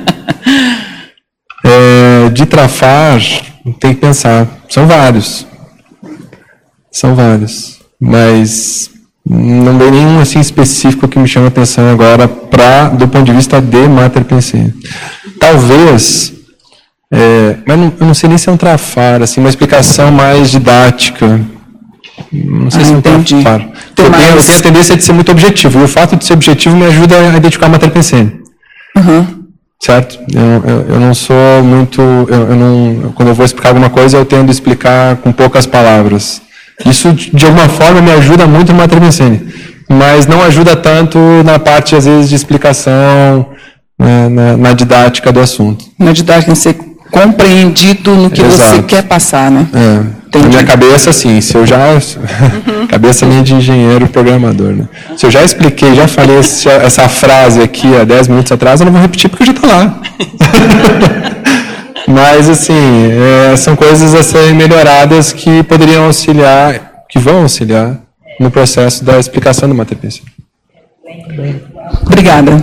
É, de Trafar, tem que pensar. São vários. São vários. Mas não veio nenhum assim específico que me chama a atenção agora pra, do ponto de vista de Mater Pensene. Talvez, é, mas não, eu não sei nem se é um trafar, assim, uma explicação mais didática. Não sei ah, se é um trafar. Eu tenho, eu tenho a tendência de ser muito objetivo, e o fato de ser objetivo me ajuda a identificar a Mater Pensene. Uhum. Certo? Eu, eu, eu não sou muito... Eu, eu não, quando eu vou explicar alguma coisa, eu tendo a explicar com poucas palavras. Isso, de alguma forma, me ajuda muito no Mater Pensene, mas não ajuda tanto na parte, às vezes, de explicação, né, na, na didática do assunto. Na didática, ser compreendido no que Exato. Você quer passar, né? É. Na minha cabeça, assim, se eu já... Uhum. Cabeça minha de engenheiro programador, né? Se eu já expliquei, já falei esse, essa frase aqui há dez minutos atrás, eu não vou repetir porque já está lá. Mas, assim, é, são coisas a serem melhoradas que poderiam auxiliar, que vão auxiliar no processo da explicação do Mater Pensene. Obrigada.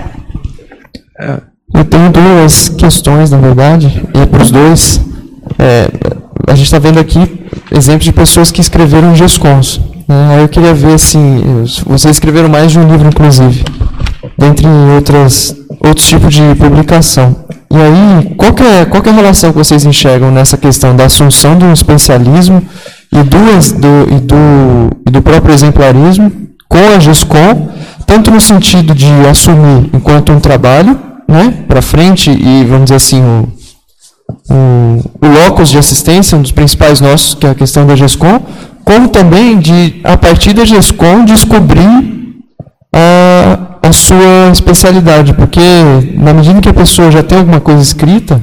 É. Eu tenho duas questões, na verdade, e para os dois. É, a gente está vendo aqui exemplos de pessoas que escreveram GESCONs. Né? Aí eu queria ver, assim, vocês escreveram mais de um livro, inclusive, dentre outras, outros tipos de publicação. E aí, qual que, é, qual que é a relação que vocês enxergam nessa questão da assunção do especialismo e do, do, e do, e do próprio exemplarismo com a GESCON, tanto no sentido de assumir enquanto um trabalho, né, para frente, e vamos dizer assim, o, o, o locus de assistência, um dos principais nossos, que é a questão da GESCON, como também de, a partir da GESCON, descobrir a, a sua especialidade, porque na medida que a pessoa já tem alguma coisa escrita,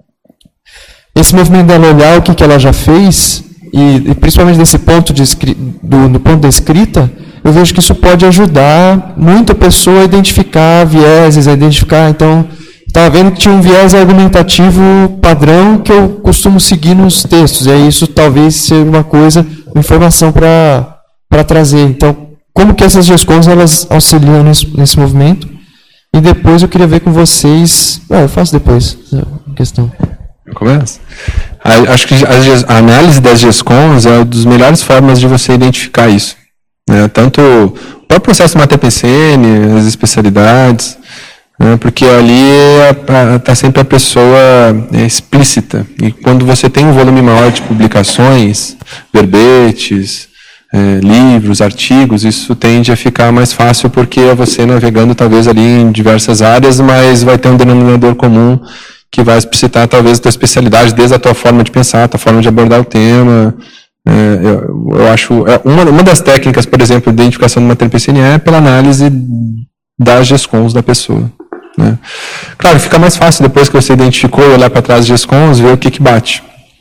esse movimento dela olhar o que, que ela já fez, e, e principalmente desse ponto de, do, do ponto da escrita, eu vejo que isso pode ajudar muito a pessoa a identificar vieses, a identificar, então, estava vendo que tinha um viés argumentativo padrão que eu costumo seguir nos textos, e aí isso talvez seja uma coisa, uma informação para para trazer. Então, como que essas GESCONs, elas auxiliam nesse, nesse movimento? E depois eu queria ver com vocês... Ah, eu faço depois a questão. Começa? Acho que a análise das GESCONs é uma das melhores formas de você identificar isso. Né? Tanto o próprio processo do Mater Pensene, as especialidades, né? Porque ali está sempre a pessoa é, explícita. E quando você tem um volume maior de publicações, verbetes, é, livros, artigos, isso tende a ficar mais fácil porque é você navegando talvez ali em diversas áreas, mas vai ter um denominador comum que vai explicitar talvez a tua especialidade, desde a tua forma de pensar, a tua forma de abordar o tema. É, eu, eu acho, é, uma, uma das técnicas, por exemplo, de identificação do Mater Pensene é pela análise das GESCONs da pessoa. Né? Claro, fica mais fácil depois que você identificou e olhar para trás das GESCONs, ver o que, que bate.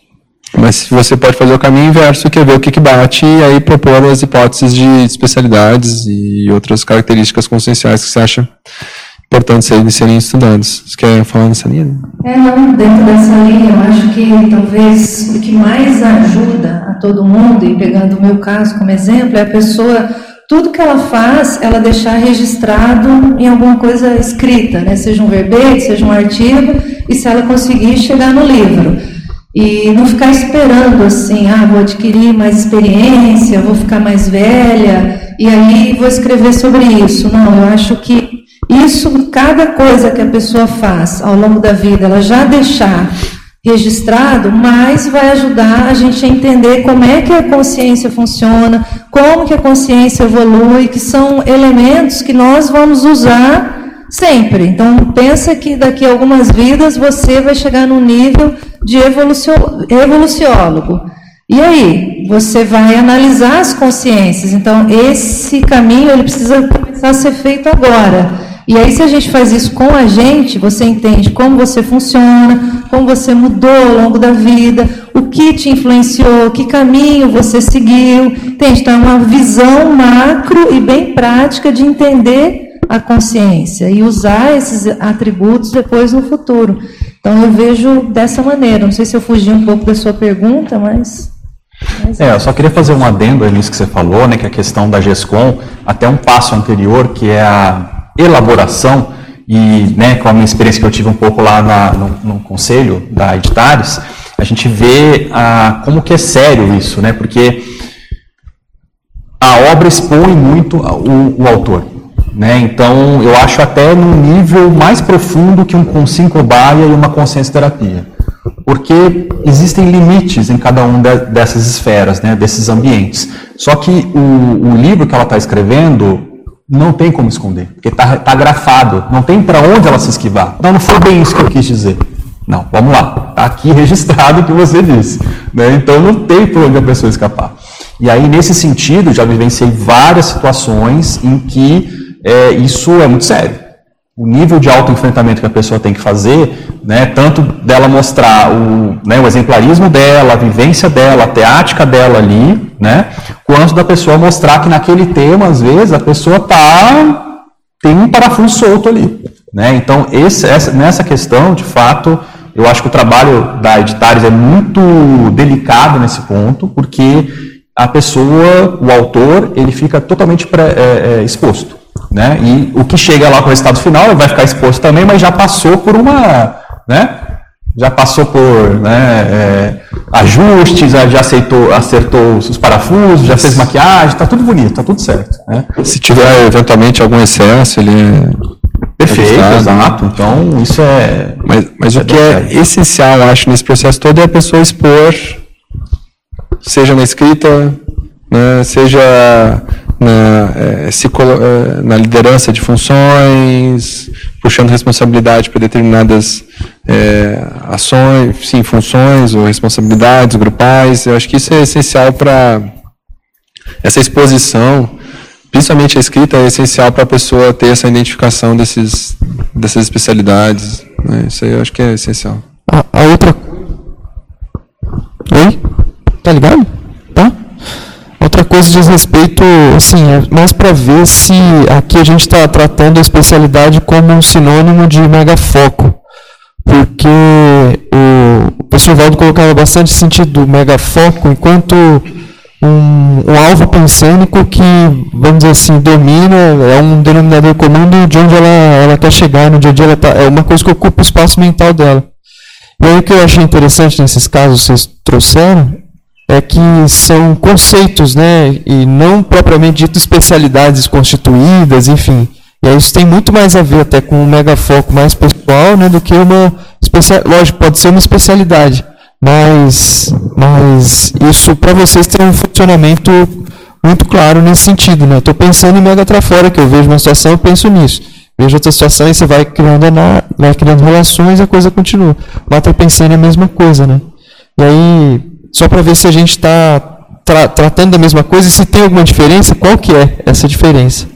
Mas você pode fazer o caminho inverso, que é ver o que, que bate e aí propor as hipóteses de especialidades e outras características conscienciais que você acha importante serem, serem estudados. Você quer falar nessa linha? É, não, dentro dessa linha, eu acho que talvez o que mais ajuda a todo mundo, e pegando o meu caso como exemplo, é a pessoa, tudo que ela faz, ela deixar registrado em alguma coisa escrita, né? Seja um verbete, seja um artigo, e se ela conseguir chegar no livro. E não ficar esperando assim, ah, vou adquirir mais experiência, vou ficar mais velha, e aí vou escrever sobre isso. Não, eu acho que isso, cada coisa que a pessoa faz ao longo da vida, ela já deixar registrado, mais vai ajudar a gente a entender como é que a consciência funciona, como que a consciência evolui, que são elementos que nós vamos usar sempre. Então, pensa que daqui a algumas vidas você vai chegar num nível de evoluciólogo. E aí, você vai analisar as consciências. Então, esse caminho ele precisa começar a ser feito agora. E aí, se a gente faz isso com a gente, você entende como você funciona, como você mudou ao longo da vida, o que te influenciou, que caminho você seguiu. Entende? Então, é uma visão macro e bem prática de entender a consciência e usar esses atributos depois no futuro. Então, eu vejo dessa maneira. Não sei se eu fugi um pouco da sua pergunta, mas... mas é, eu só queria fazer um adendo nisso que você falou, né, que a questão da GESCON, até um passo anterior, que é a elaboração, e né, com a minha experiência que eu tive um pouco lá na, no, no conselho da Editares, a gente vê ah, como que é sério isso, né, porque a obra expõe muito o, o autor. Né? Então, eu acho até num nível mais profundo que um consim cobaia e uma consciência terapia. Porque existem limites em cada uma de, dessas esferas, né? Desses ambientes. Só que o, o livro que ela está escrevendo não tem como esconder, porque está tá grafado, não tem para onde ela se esquivar. Não, não foi bem isso que eu quis dizer. Não, vamos lá, está aqui registrado o que você disse. Né? Então, não tem por onde a pessoa escapar. E aí, nesse sentido, já vivenciei várias situações em que é, isso é muito sério. O nível de autoenfrentamento que a pessoa tem que fazer, né, tanto dela mostrar o, né, o exemplarismo dela, a vivência dela, a teática dela ali, né, quanto da pessoa mostrar que naquele tema, às vezes, a pessoa tá, tem um parafuso solto ali. Né? Então, esse, essa, nessa questão, de fato, eu acho que o trabalho da Editares é muito delicado nesse ponto, porque a pessoa, o autor, ele fica totalmente pré, é, é, exposto. Né? E o que chega lá com o resultado final, ele vai ficar exposto também, mas já passou por uma, né? Já passou por, né, é, ajustes, já aceitou, acertou os parafusos, já fez maquiagem, está tudo bonito, está tudo certo. Né? Se tiver eventualmente algum excesso, ele é perfeito, é exato. Então isso é. Mas, mas é o que é essencial, eu acho, nesse processo todo é a pessoa expor, seja na escrita, né, seja Na, é, se, é, na liderança de funções, puxando responsabilidade para determinadas é, ações, sim, funções ou responsabilidades grupais. Eu acho que isso é essencial para essa exposição, principalmente a escrita, é essencial para a pessoa ter essa identificação desses, dessas especialidades. Né? Isso aí eu acho que é essencial. A, a outra... Oi? Tá ligado? Tá? Outra coisa diz respeito, assim, é mais para ver se aqui a gente está tratando a especialidade como um sinônimo de megafoco, porque o, o professor Valdo colocava bastante sentido do megafoco enquanto um, um alvo pensênico que, vamos dizer assim, domina, é um denominador comum de onde ela, ela quer chegar no dia a dia, ela tá, é uma coisa que ocupa o espaço mental dela. E aí o que eu achei interessante nesses casos que vocês trouxeram é que são conceitos, né, e não propriamente dito especialidades constituídas, enfim. E aí isso tem muito mais a ver até com um megafoco mais pessoal, né, do que uma especialidade. Lógico, pode ser uma especialidade, mas, mas isso para vocês tem um funcionamento muito claro nesse sentido, né. Estou pensando em megatrafora, que eu vejo uma situação, eu penso nisso. Vejo outra situação e você vai criando, vai criando relações e a coisa continua. Mata pensando é a mesma coisa, né. E aí, só para ver se a gente está tra tratando da mesma coisa e se tem alguma diferença, qual que é essa diferença?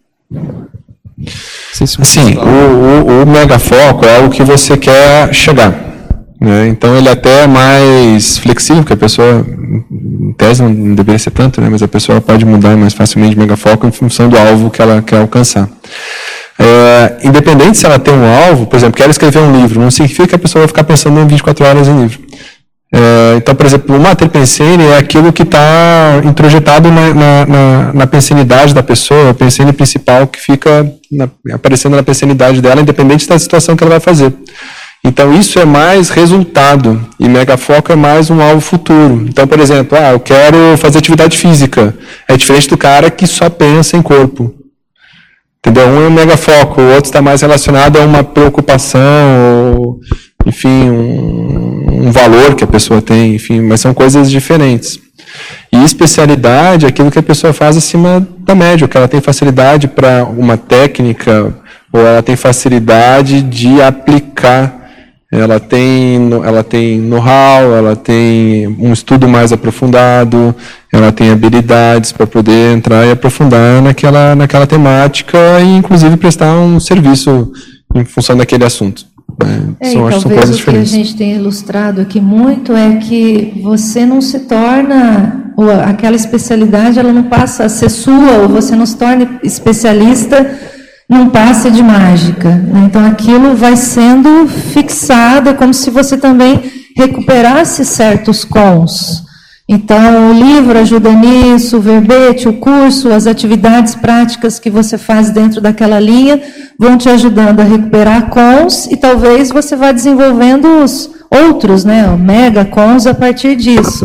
Se Sim, o, o, o megafoco é o que você quer chegar. Né? Então, ele é até mais flexível, porque a pessoa, em tese, não deveria ser tanto, né? Mas a pessoa pode mudar mais facilmente de megafoco em função do alvo que ela quer alcançar. É, independente se ela tem um alvo, por exemplo, quero escrever um livro, não significa que a pessoa vai ficar pensando em vinte e quatro horas em livro. É, então, por exemplo, o Mater Pensene é aquilo que está introjetado na, na, na, na pensenidade da pessoa, a pensene principal que fica na, aparecendo na pensenidade dela, independente da situação que ela vai fazer. Então, isso é mais resultado, e megafoco é mais um alvo futuro. Então, por exemplo, ah, eu quero fazer atividade física. É diferente do cara que só pensa em corpo. Entendeu? Um é um megafoco, o outro está mais relacionado a uma preocupação, ou, enfim, um, um valor que a pessoa tem, enfim, mas são coisas diferentes. E especialidade é aquilo que a pessoa faz acima da média, que ela tem facilidade para uma técnica, ou ela tem facilidade de aplicar, ela tem, ela tem know-how, ela tem um estudo mais aprofundado, ela tem habilidades para poder entrar e aprofundar naquela, naquela temática e, inclusive, prestar um serviço em função daquele assunto. É, são, e acho talvez são o que a gente tem ilustrado aqui muito é que você não se torna, ou aquela especialidade ela não passa a ser sua, ou você não se torna especialista num passe de mágica. Né? Então aquilo vai sendo fixado, é como se você também recuperasse certos cons. Então o livro ajuda nisso, o verbete, o curso, as atividades práticas que você faz dentro daquela linha vão te ajudando a recuperar cons e talvez você vá desenvolvendo os outros, né, mega cons a partir disso.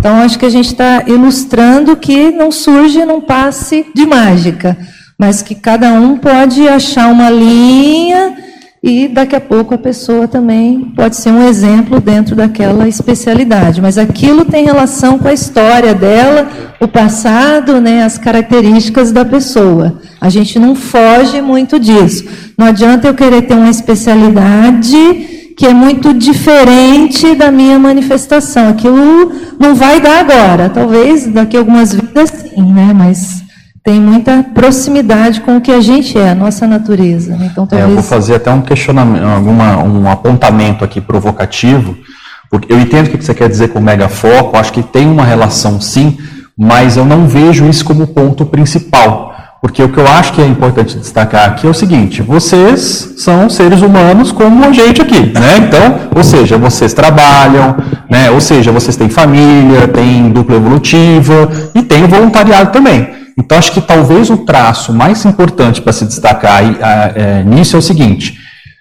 Então, acho que a gente está ilustrando que não surge num passe de mágica, mas que cada um pode achar uma linha e daqui a pouco a pessoa também pode ser um exemplo dentro daquela especialidade. Mas aquilo tem relação com a história dela, o passado, né, as características da pessoa. A gente não foge muito disso. Não adianta eu querer ter uma especialidade que é muito diferente da minha manifestação. Aquilo não vai dar agora. Talvez daqui a algumas vidas sim, né? Mas tem muita proximidade com o que a gente é, a nossa natureza. Então, talvez... é, eu vou fazer até um questionamento, alguma, um apontamento aqui provocativo, porque eu entendo o que você quer dizer com megafoco, acho que tem uma relação sim, mas eu não vejo isso como ponto principal. Porque o que eu acho que é importante destacar aqui é o seguinte: vocês são seres humanos como a gente aqui, né? Então, ou seja, vocês trabalham, né? Ou seja, vocês têm família, têm dupla evolutiva e têm voluntariado também. Então, acho que talvez o traço mais importante para se destacar é, nisso é o seguinte: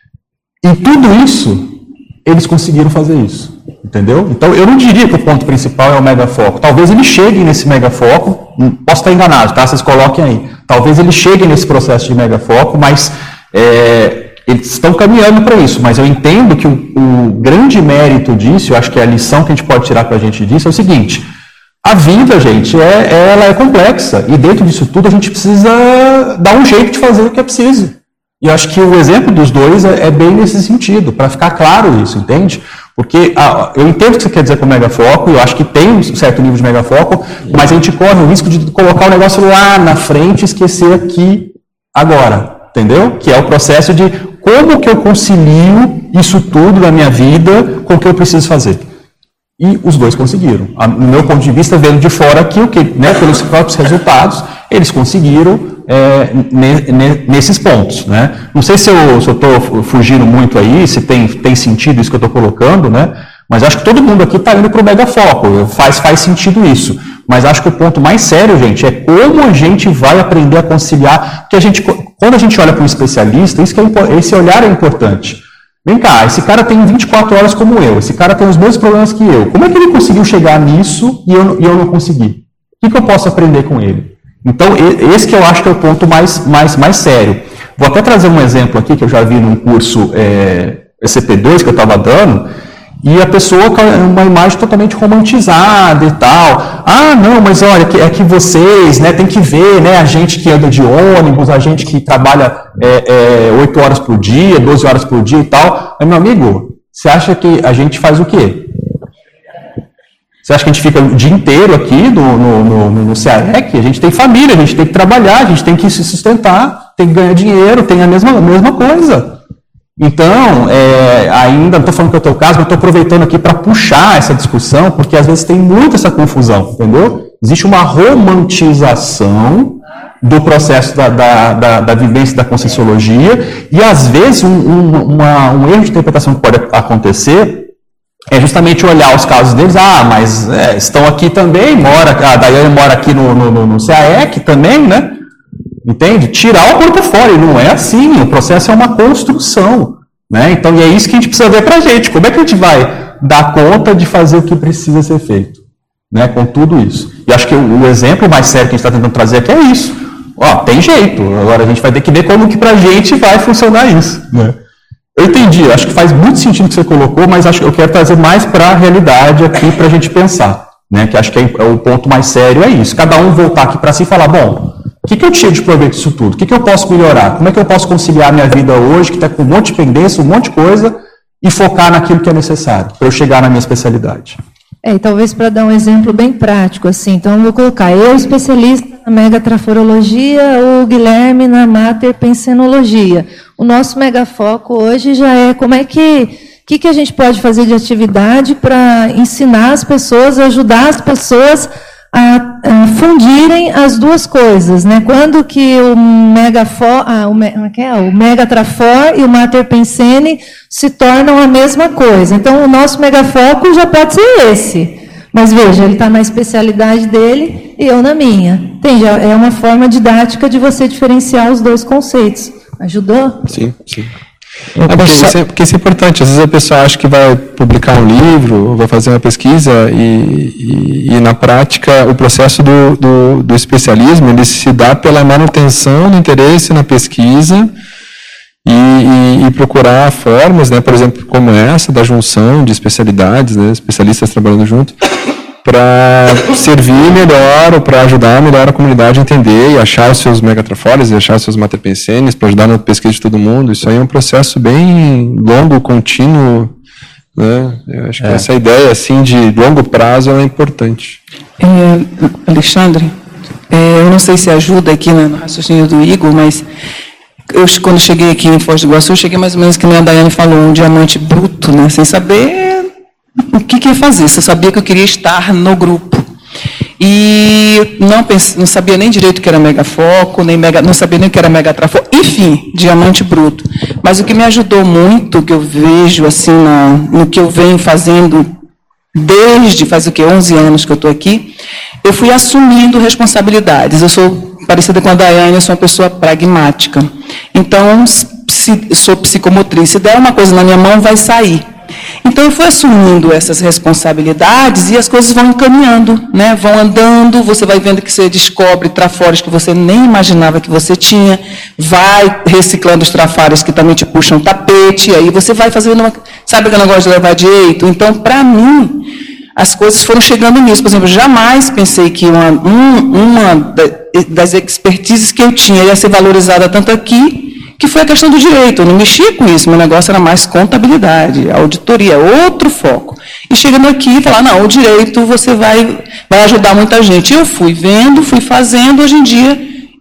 em tudo isso, eles conseguiram fazer isso. Entendeu? Então, eu não diria que o ponto principal é o megafoco. Talvez eles cheguem nesse megafoco, posso estar enganado, tá? Vocês coloquem aí. Talvez eles cheguem nesse processo de megafoco, mas é, eles estão caminhando para isso. Mas eu entendo que o, o grande mérito disso, eu acho que a lição que a gente pode tirar para a gente disso é o seguinte: a vida, gente, é, ela é complexa. E dentro disso tudo, a gente precisa dar um jeito de fazer o que é preciso. E eu acho que o exemplo dos dois é, é bem nesse sentido, para ficar claro isso, entende? Porque ah, eu entendo o que você quer dizer com megafoco, eu acho que tem um certo nível de megafoco, mas a gente corre o risco de colocar o negócio lá na frente e esquecer aqui agora, entendeu? Que é o processo de como que eu concilio isso tudo na minha vida com o que eu preciso fazer. E os dois conseguiram. No meu ponto de vista, vendo de fora aqui, o que, né, pelos próprios resultados, eles conseguiram é, ne, ne, nesses pontos. Né? Não sei se eu estou fugindo muito aí, se tem, tem sentido isso que eu estou colocando, né? Mas acho que todo mundo aqui está indo para o megafoco, faz, faz sentido isso. Mas acho que o ponto mais sério, gente, é como a gente vai aprender a conciliar, porque a gente, quando a gente olha para um especialista, isso que é, esse olhar é importante. Vem cá, esse cara tem vinte e quatro horas como eu, esse cara tem os mesmos problemas que eu. Como é que ele conseguiu chegar nisso e eu, e eu não consegui? O que, que eu posso aprender com ele? Então, esse que eu acho que é o ponto mais, mais, mais sério. Vou até trazer um exemplo aqui que eu já vi num curso é, E C P dois que eu estava dando, e a pessoa com uma imagem totalmente romantizada e tal. Ah, não, mas olha, é que vocês, né, tem que ver, né, a gente que anda de ônibus, a gente que trabalha é, é, oito horas por dia, doze horas por dia e tal. Mas, meu amigo, você acha que a gente faz o quê? Você acha que a gente fica o dia inteiro aqui no, no, no, no C A E C? A gente tem família, a gente tem que trabalhar, a gente tem que se sustentar, tem que ganhar dinheiro, tem a mesma, a mesma coisa. Então, é, ainda, não estou falando que é o teu caso, mas estou aproveitando aqui para puxar essa discussão, porque às vezes tem muito essa confusão, entendeu? Existe uma romantização do processo da, da, da, da vivência da Conscienciologia, e às vezes um, um, uma, um erro de interpretação que pode acontecer é justamente olhar os casos deles. Ah, mas é, estão aqui também, mora, a Daiane mora aqui no, no, no C A E C também, né? Entende? Tirar o corpo fora, e não é assim, o processo é uma construção, né? Então, e é isso que a gente precisa ver pra gente, como é que a gente vai dar conta de fazer o que precisa ser feito, né? Com tudo isso. E acho que o, o exemplo mais sério que a gente está tentando trazer aqui é isso. Ó, tem jeito, agora a gente vai ter que ver como que pra gente vai funcionar isso, né? Eu entendi, acho que faz muito sentido o que você colocou, mas acho que eu quero trazer mais para a realidade aqui pra gente pensar, né? Que acho que é, é o ponto mais sério é isso, cada um voltar aqui para si e falar, bom, o que, que eu tiro de proveito disso tudo? O que, que eu posso melhorar? Como é que eu posso conciliar a minha vida hoje, que está com um monte de pendência, um monte de coisa, e focar naquilo que é necessário, para eu chegar na minha especialidade? É, e talvez para dar um exemplo bem prático, assim, então eu vou colocar, eu especialista na megatraforologia, o Guilherme na materpensenologia. O nosso megafoco hoje já é como é que, que, que a gente pode fazer de atividade para ensinar as pessoas, ajudar as pessoas a, a fundirem as duas coisas, né? Quando que o megafor, ah, o, me, que é? o megatrafor e o materpensene se tornam a mesma coisa. Então, o nosso megafoco já pode ser esse. Mas veja, ele está na especialidade dele e eu na minha. Entende? É uma forma didática de você diferenciar os dois conceitos. Ajudou? Sim, sim. É porque, isso é, porque isso é importante. Às vezes a pessoa acha que vai publicar um livro, ou vai fazer uma pesquisa, e, e, e na prática o processo do, do, do especialismo ele se dá pela manutenção do interesse na pesquisa e, e, e procurar formas, né, por exemplo, como essa, da junção de especialidades, né, especialistas trabalhando junto, para servir melhor ou para ajudar melhor a comunidade a entender e achar os seus megatrafórios e achar os seus materpensenes, para ajudar na pesquisa de todo mundo. Isso aí é um processo bem longo, contínuo, né? Eu acho que é. essa ideia assim de longo prazo é importante. É, Alexandre, é, eu não sei se ajuda aqui no raciocínio do Igor, mas eu, quando cheguei aqui em Foz do Iguaçu, eu cheguei mais ou menos que nem a Daiane falou, um diamante bruto, né, sem saber o que, que ia fazer. Só sabia que eu queria estar no grupo. E não, pense, não sabia nem direito o que era megafoco, nem mega, não sabia nem o que era megatrafoco, enfim, diamante bruto. Mas o que me ajudou muito, que eu vejo assim na, no que eu venho fazendo desde, faz o quê, onze anos que eu estou aqui, eu fui assumindo responsabilidades. Eu sou parecida com a Daiane, eu sou uma pessoa pragmática. Então, se, sou psicomotriz. Se der uma coisa na minha mão, vai sair. Então, eu fui assumindo essas responsabilidades e as coisas vão encaminhando, né? Vão andando, você vai vendo que você descobre trafores que você nem imaginava que você tinha, vai reciclando os trafores que também te puxam tapete, e aí você vai fazendo uma... Sabe que eu não gosto de levar jeito? Então, para mim, as coisas foram chegando nisso. Por exemplo, jamais pensei que uma, um, uma das expertises que eu tinha ia ser valorizada tanto aqui, que foi a questão do direito. Eu não mexia com isso, meu negócio era mais contabilidade, auditoria, outro foco. E chegando aqui, falar, não, o direito você vai, vai ajudar muita gente. Eu fui vendo, fui fazendo, hoje em dia,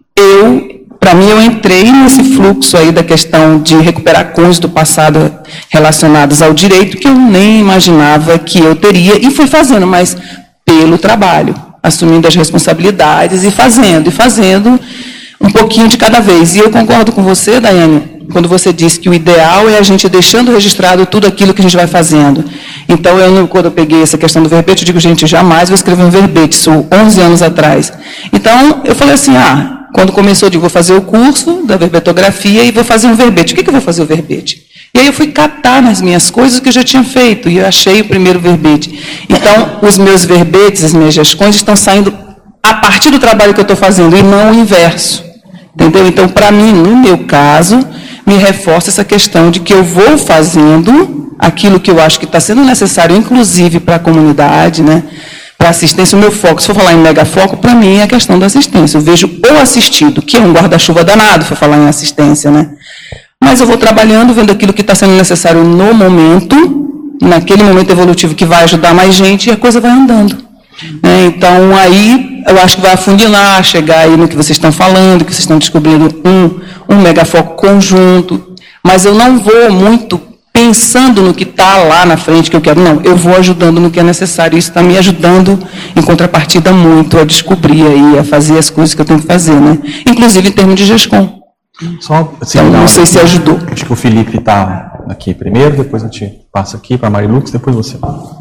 eu, para mim, eu entrei nesse fluxo aí da questão de recuperar coisas do passado relacionadas ao direito, que eu nem imaginava que eu teria, e fui fazendo, mas pelo trabalho, assumindo as responsabilidades e fazendo, e fazendo um pouquinho de cada vez. E eu concordo com você, Daiane, quando você disse que o ideal é a gente deixando registrado tudo aquilo que a gente vai fazendo. Então, eu, quando eu peguei essa questão do verbete, eu digo, gente, jamais vou escrever um verbete, isso onze anos atrás. Então, eu falei assim, ah, quando começou, eu digo, vou fazer o curso da verbetografia e vou fazer um verbete. O que, que eu vou fazer o verbete? E aí eu fui catar nas minhas coisas o que eu já tinha feito, e eu achei o primeiro verbete. Então, os meus verbetes, as minhas gestões, estão saindo a partir do trabalho que eu estou fazendo, e não o inverso. Entendeu? Então, para mim, no meu caso, me reforça essa questão de que eu vou fazendo aquilo que eu acho que está sendo necessário, inclusive para a comunidade, né? Para assistência. O meu foco, se for falar em megafoco, para mim é a questão da assistência. Eu vejo o assistido, que é um guarda-chuva danado, se for falar em assistência, né? Mas eu vou trabalhando, vendo aquilo que está sendo necessário no momento, naquele momento evolutivo que vai ajudar mais gente, e a coisa vai andando. Né? Então, aí, eu acho que vai afunilar, chegar aí no que vocês estão falando, que vocês estão descobrindo um, um megafoco conjunto, mas eu não vou muito pensando no que está lá na frente que eu quero, não, eu vou ajudando no que é necessário, isso está me ajudando, em contrapartida, muito a descobrir aí, a fazer as coisas que eu tenho que fazer, né? Inclusive em termos de GESCOM. Só, assim, então, não sei se ajudou. Acho que o Felipe está aqui primeiro, depois a gente passa aqui para a Marilux, depois você.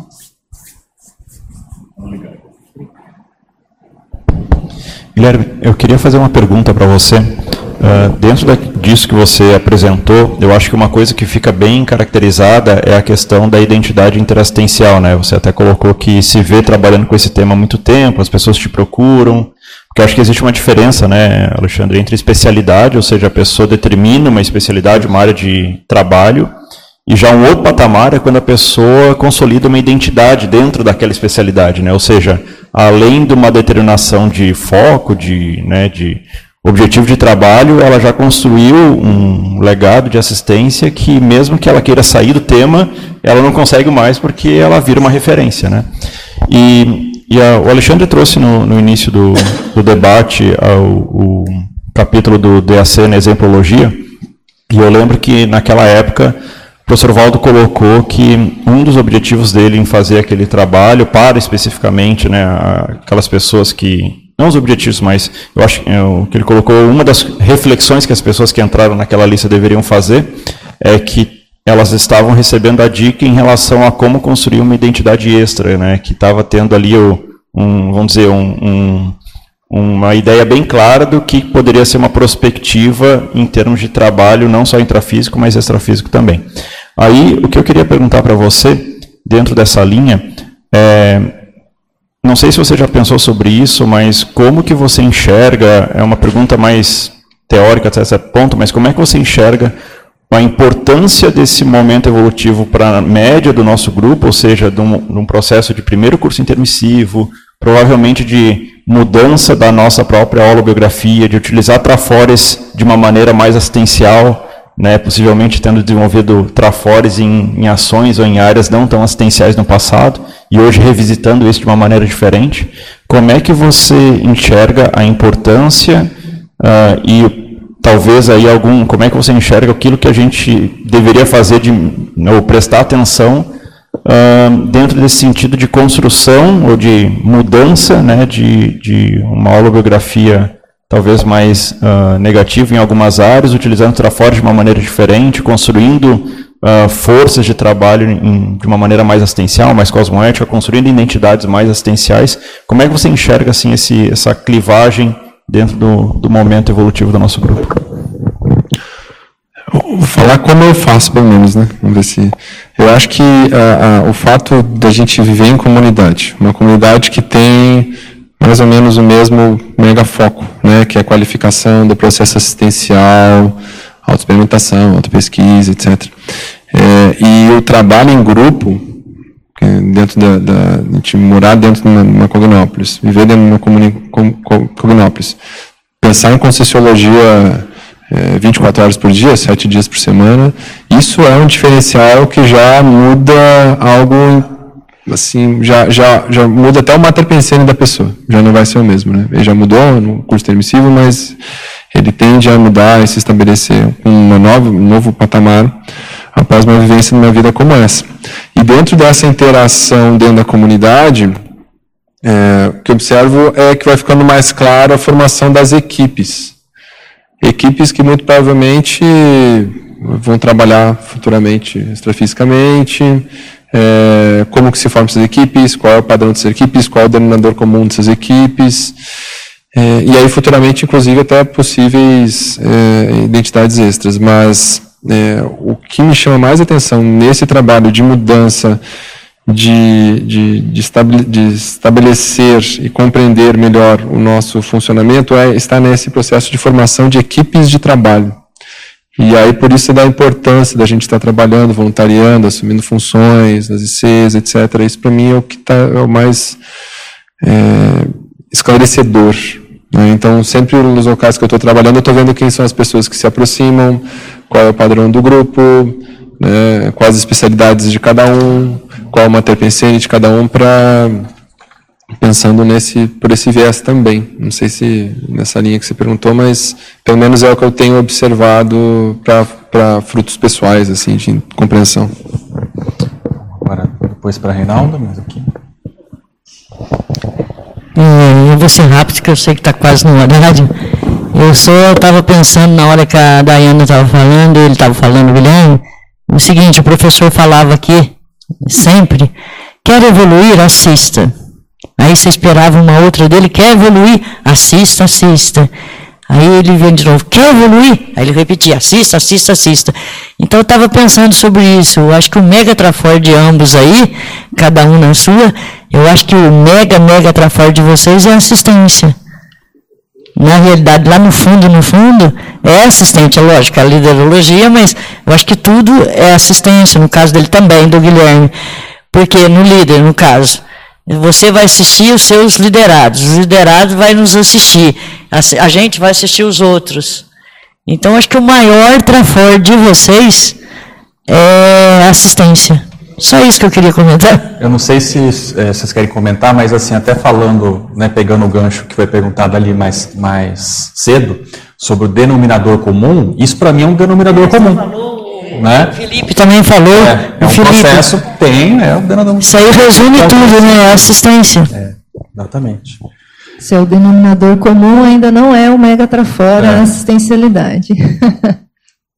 Guilherme, eu queria fazer uma pergunta para você. Uh, dentro da, disso que você apresentou, eu acho que uma coisa que fica bem caracterizada é a questão da identidade interassistencial, né? Você até colocou que se vê trabalhando com esse tema há muito tempo, as pessoas te procuram, porque eu acho que existe uma diferença, né, Alexandre, entre especialidade, ou seja, a pessoa determina uma especialidade, uma área de trabalho, e já um outro patamar é quando a pessoa consolida uma identidade dentro daquela especialidade, né? Ou seja, além de uma determinação de foco, de, né, de objetivo de trabalho, ela já construiu um legado de assistência que, mesmo que ela queira sair do tema, ela não consegue mais porque ela vira uma referência, né? E, e a, o Alexandre trouxe no, no início do, do debate ao, o capítulo do D A C na exemplologia, e eu lembro que naquela época o professor Valdo colocou que um dos objetivos dele em fazer aquele trabalho para especificamente, né, aquelas pessoas que, não os objetivos, mas eu acho eu, que ele colocou, uma das reflexões que as pessoas que entraram naquela lista deveriam fazer é que elas estavam recebendo a dica em relação a como construir uma identidade extra, né, que estava tendo ali o, um, vamos dizer, um, um, uma ideia bem clara do que poderia ser uma prospectiva em termos de trabalho, não só intrafísico, mas extrafísico também. Aí, o que eu queria perguntar para você, dentro dessa linha, é, não sei se você já pensou sobre isso, mas como que você enxerga, é uma pergunta mais teórica até certo ponto, mas como é que você enxerga a importância desse momento evolutivo para a média do nosso grupo, ou seja, de um, de um processo de primeiro curso intermissivo, provavelmente de mudança da nossa própria holobiografia, de utilizar trafores de uma maneira mais assistencial, né, possivelmente tendo desenvolvido trafores em, em ações ou em áreas não tão assistenciais no passado, e hoje revisitando isso de uma maneira diferente. Como é que você enxerga a importância uh, e talvez aí algum, como é que você enxerga aquilo que a gente deveria fazer, de, ou prestar atenção uh, dentro desse sentido de construção ou de mudança, né, de, de uma holobiografia talvez mais uh, negativa em algumas áreas, utilizando trafores de uma maneira diferente, construindo uh, forças de trabalho em, de uma maneira mais assistencial, mais cosmoética, construindo identidades mais assistenciais. Como é que você enxerga assim, esse, essa clivagem dentro do, do momento evolutivo do nosso grupo? Vou falar como eu faço, pelo menos, né? Vamos ver se... Eu acho que uh, uh, o fato da gente viver em comunidade, uma comunidade que tem mais ou menos o mesmo mega foco, né? Que é a qualificação do processo assistencial, autoexperimentação, autopesquisa, etcétera. É, e o trabalho em grupo, dentro da, da, a gente morar dentro de uma, uma Cognópolis, viver dentro de uma comuni, com, com, Cognópolis, pensar em Conscienciologia é, vinte e quatro horas por dia, sete dias por semana, isso é um diferencial que já muda algo, assim, já, já, já muda até o mater pensene da pessoa, já não vai ser o mesmo, né? Ele já mudou no curso intermissivo, mas ele tende a mudar e se estabelecer com uma nova, um novo patamar após uma vivência numa vida como essa. E dentro dessa interação dentro da comunidade, é, o que eu observo é que vai ficando mais claro a formação das equipes. Equipes que muito provavelmente vão trabalhar futuramente extrafisicamente, é, como que se formam essas equipes, qual é o padrão dessas equipes, qual é o denominador comum dessas equipes, é, e aí futuramente, inclusive, até possíveis é, identidades extras, mas É, o que me chama mais atenção nesse trabalho de mudança, de, de, de, estabele, de estabelecer e compreender melhor o nosso funcionamento, é estar nesse processo de formação de equipes de trabalho. E aí, por isso, dá a importância da gente estar trabalhando, voluntariando, assumindo funções, nas I Cs, etcétera. Isso, para mim, é o que tá, é o mais é, esclarecedor. Então, sempre nos locais que eu estou trabalhando, eu estou vendo quem são as pessoas que se aproximam, qual é o padrão do grupo, né, quais as especialidades de cada um, qual é o mater pensene de cada um, para pensando nesse, por esse viés também. Não sei se nessa linha que você perguntou, mas pelo menos é o que eu tenho observado para frutos pessoais, assim, de compreensão. Agora, depois para Reinaldo, mas aqui... Eu vou ser rápido, que eu sei que está quase no horário. Eu só estava pensando, na hora que a Daiane estava falando, ele estava falando, o Guilherme, o seguinte: o professor falava aqui, sempre, quer evoluir, assista. Aí você esperava uma outra dele, quer evoluir, assista, assista. Aí ele vem de novo, quer evoluir? Aí ele repetia, assista, assista, assista. Então eu estava pensando sobre isso. Eu acho que o mega trafor de ambos aí, cada um na sua, eu acho que o mega, mega trafor de vocês é assistência. Na realidade, lá no fundo, no fundo, é assistência, lógico, a liderologia, mas eu acho que tudo é assistência, no caso dele também, do Guilherme. Porque no líder, no caso, você vai assistir os seus liderados, os liderados vai nos assistir, a gente vai assistir os outros. Então, acho que o maior trafor de vocês é assistência. Só isso que eu queria comentar. Eu não sei se é, vocês querem comentar, mas assim, até falando, né, pegando o gancho que foi perguntado ali mais, mais cedo, sobre o denominador comum, isso para mim é um denominador Você comum. Falou, né? O Felipe também falou. É, é um Felipe, processo que tem, é o denominador. Isso aí resume é tudo, né? É assistência. É, exatamente. Se é o denominador comum, ainda não é o mega trafora, é. a assistencialidade.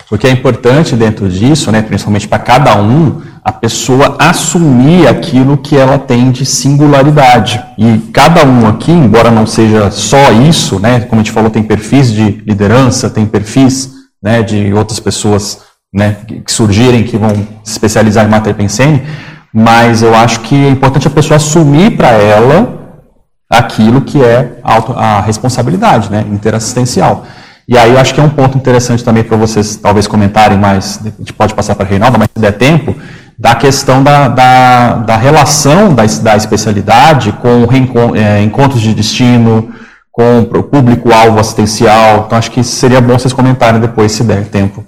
Porque é importante dentro disso, né, principalmente para cada um, a pessoa assumir aquilo que ela tem de singularidade. E cada um aqui, embora não seja só isso, né, como a gente falou, tem perfis de liderança, tem perfis, né, de outras pessoas, né, que surgirem, que vão se especializar em Mater Pensene, mas eu acho que é importante a pessoa assumir para ela aquilo que é a, auto, a responsabilidade, né, interassistencial. E aí eu acho que é um ponto interessante também para vocês talvez comentarem mais, a gente pode passar para a Reinalda, mas se der tempo, da questão da, da, da relação da, da especialidade com é, encontros de destino, com o público-alvo assistencial. Então acho que seria bom vocês comentarem depois, se der tempo.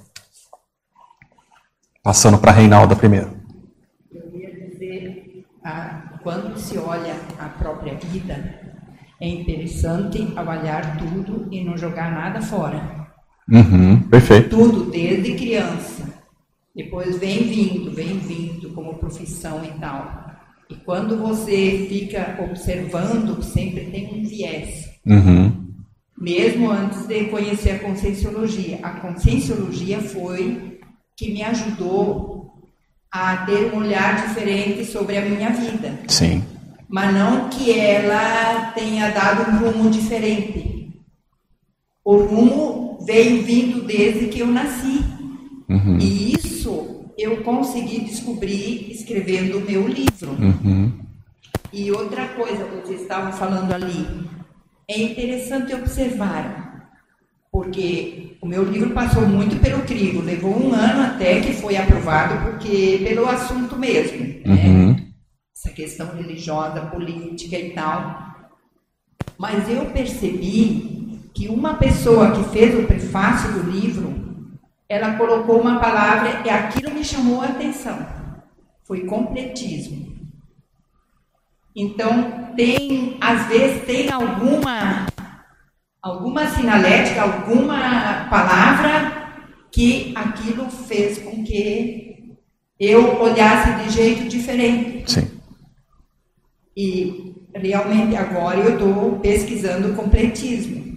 Passando para a Reinalda primeiro. Eu ia dizer, ah, quando se olha a própria vida, é interessante avaliar tudo e não jogar nada fora. Uhum, perfeito. Tudo, desde criança. Depois vem vindo, vem vindo como profissão e tal. E quando você fica observando, sempre tem um viés. Uhum. Mesmo antes de conhecer a Conscienciologia. A Conscienciologia foi que me ajudou a ter um olhar diferente sobre a minha vida. Sim. Mas não que ela tenha dado um rumo diferente. O rumo veio vindo desde que eu nasci. Uhum. E isso eu consegui descobrir escrevendo o meu livro. Uhum. E outra coisa, vocês estavam falando ali, é interessante observar, porque o meu livro passou muito pelo crivo, levou um ano até que foi aprovado, porque pelo assunto mesmo, uhum. né? Essa questão religiosa, política e tal. Mas eu percebi que uma pessoa que fez o prefácio do livro, ela colocou uma palavra e aquilo me chamou a atenção. Foi completismo. Então, tem, às vezes, tem alguma, alguma sinalética, alguma palavra que aquilo fez com que eu olhasse de jeito diferente. Sim. E realmente agora eu estou pesquisando o completismo.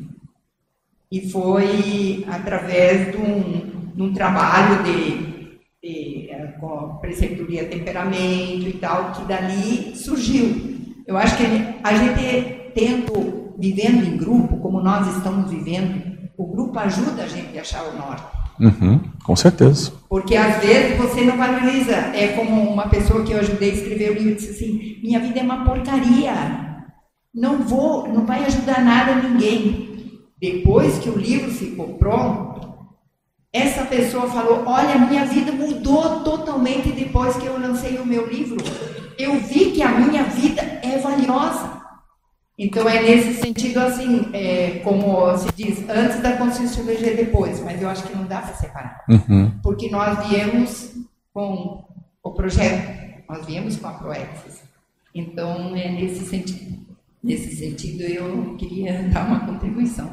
E foi através de um, de um trabalho de, de, com preceptoria temperamento e tal, que dali surgiu. Eu acho que a gente tendo, vivendo em grupo, como nós estamos vivendo, o grupo ajuda a gente a achar o norte. Uhum, com certeza. Porque às vezes você não valoriza. É como uma pessoa que eu ajudei a escrever o livro disse assim: minha vida é uma porcaria. Não vou, não vai ajudar nada a ninguém. Depois que o livro ficou pronto, essa pessoa falou: olha, minha vida mudou totalmente depois que eu lancei o meu livro. Eu vi que a minha vida é valiosa. Então é nesse sentido assim, é, como se diz, antes da Conscienciologia e depois, mas eu acho que não dá para separar. Uhum. Porque nós viemos com o projeto, nós viemos com a Proexis. Então é nesse sentido. Nesse sentido eu queria dar uma contribuição.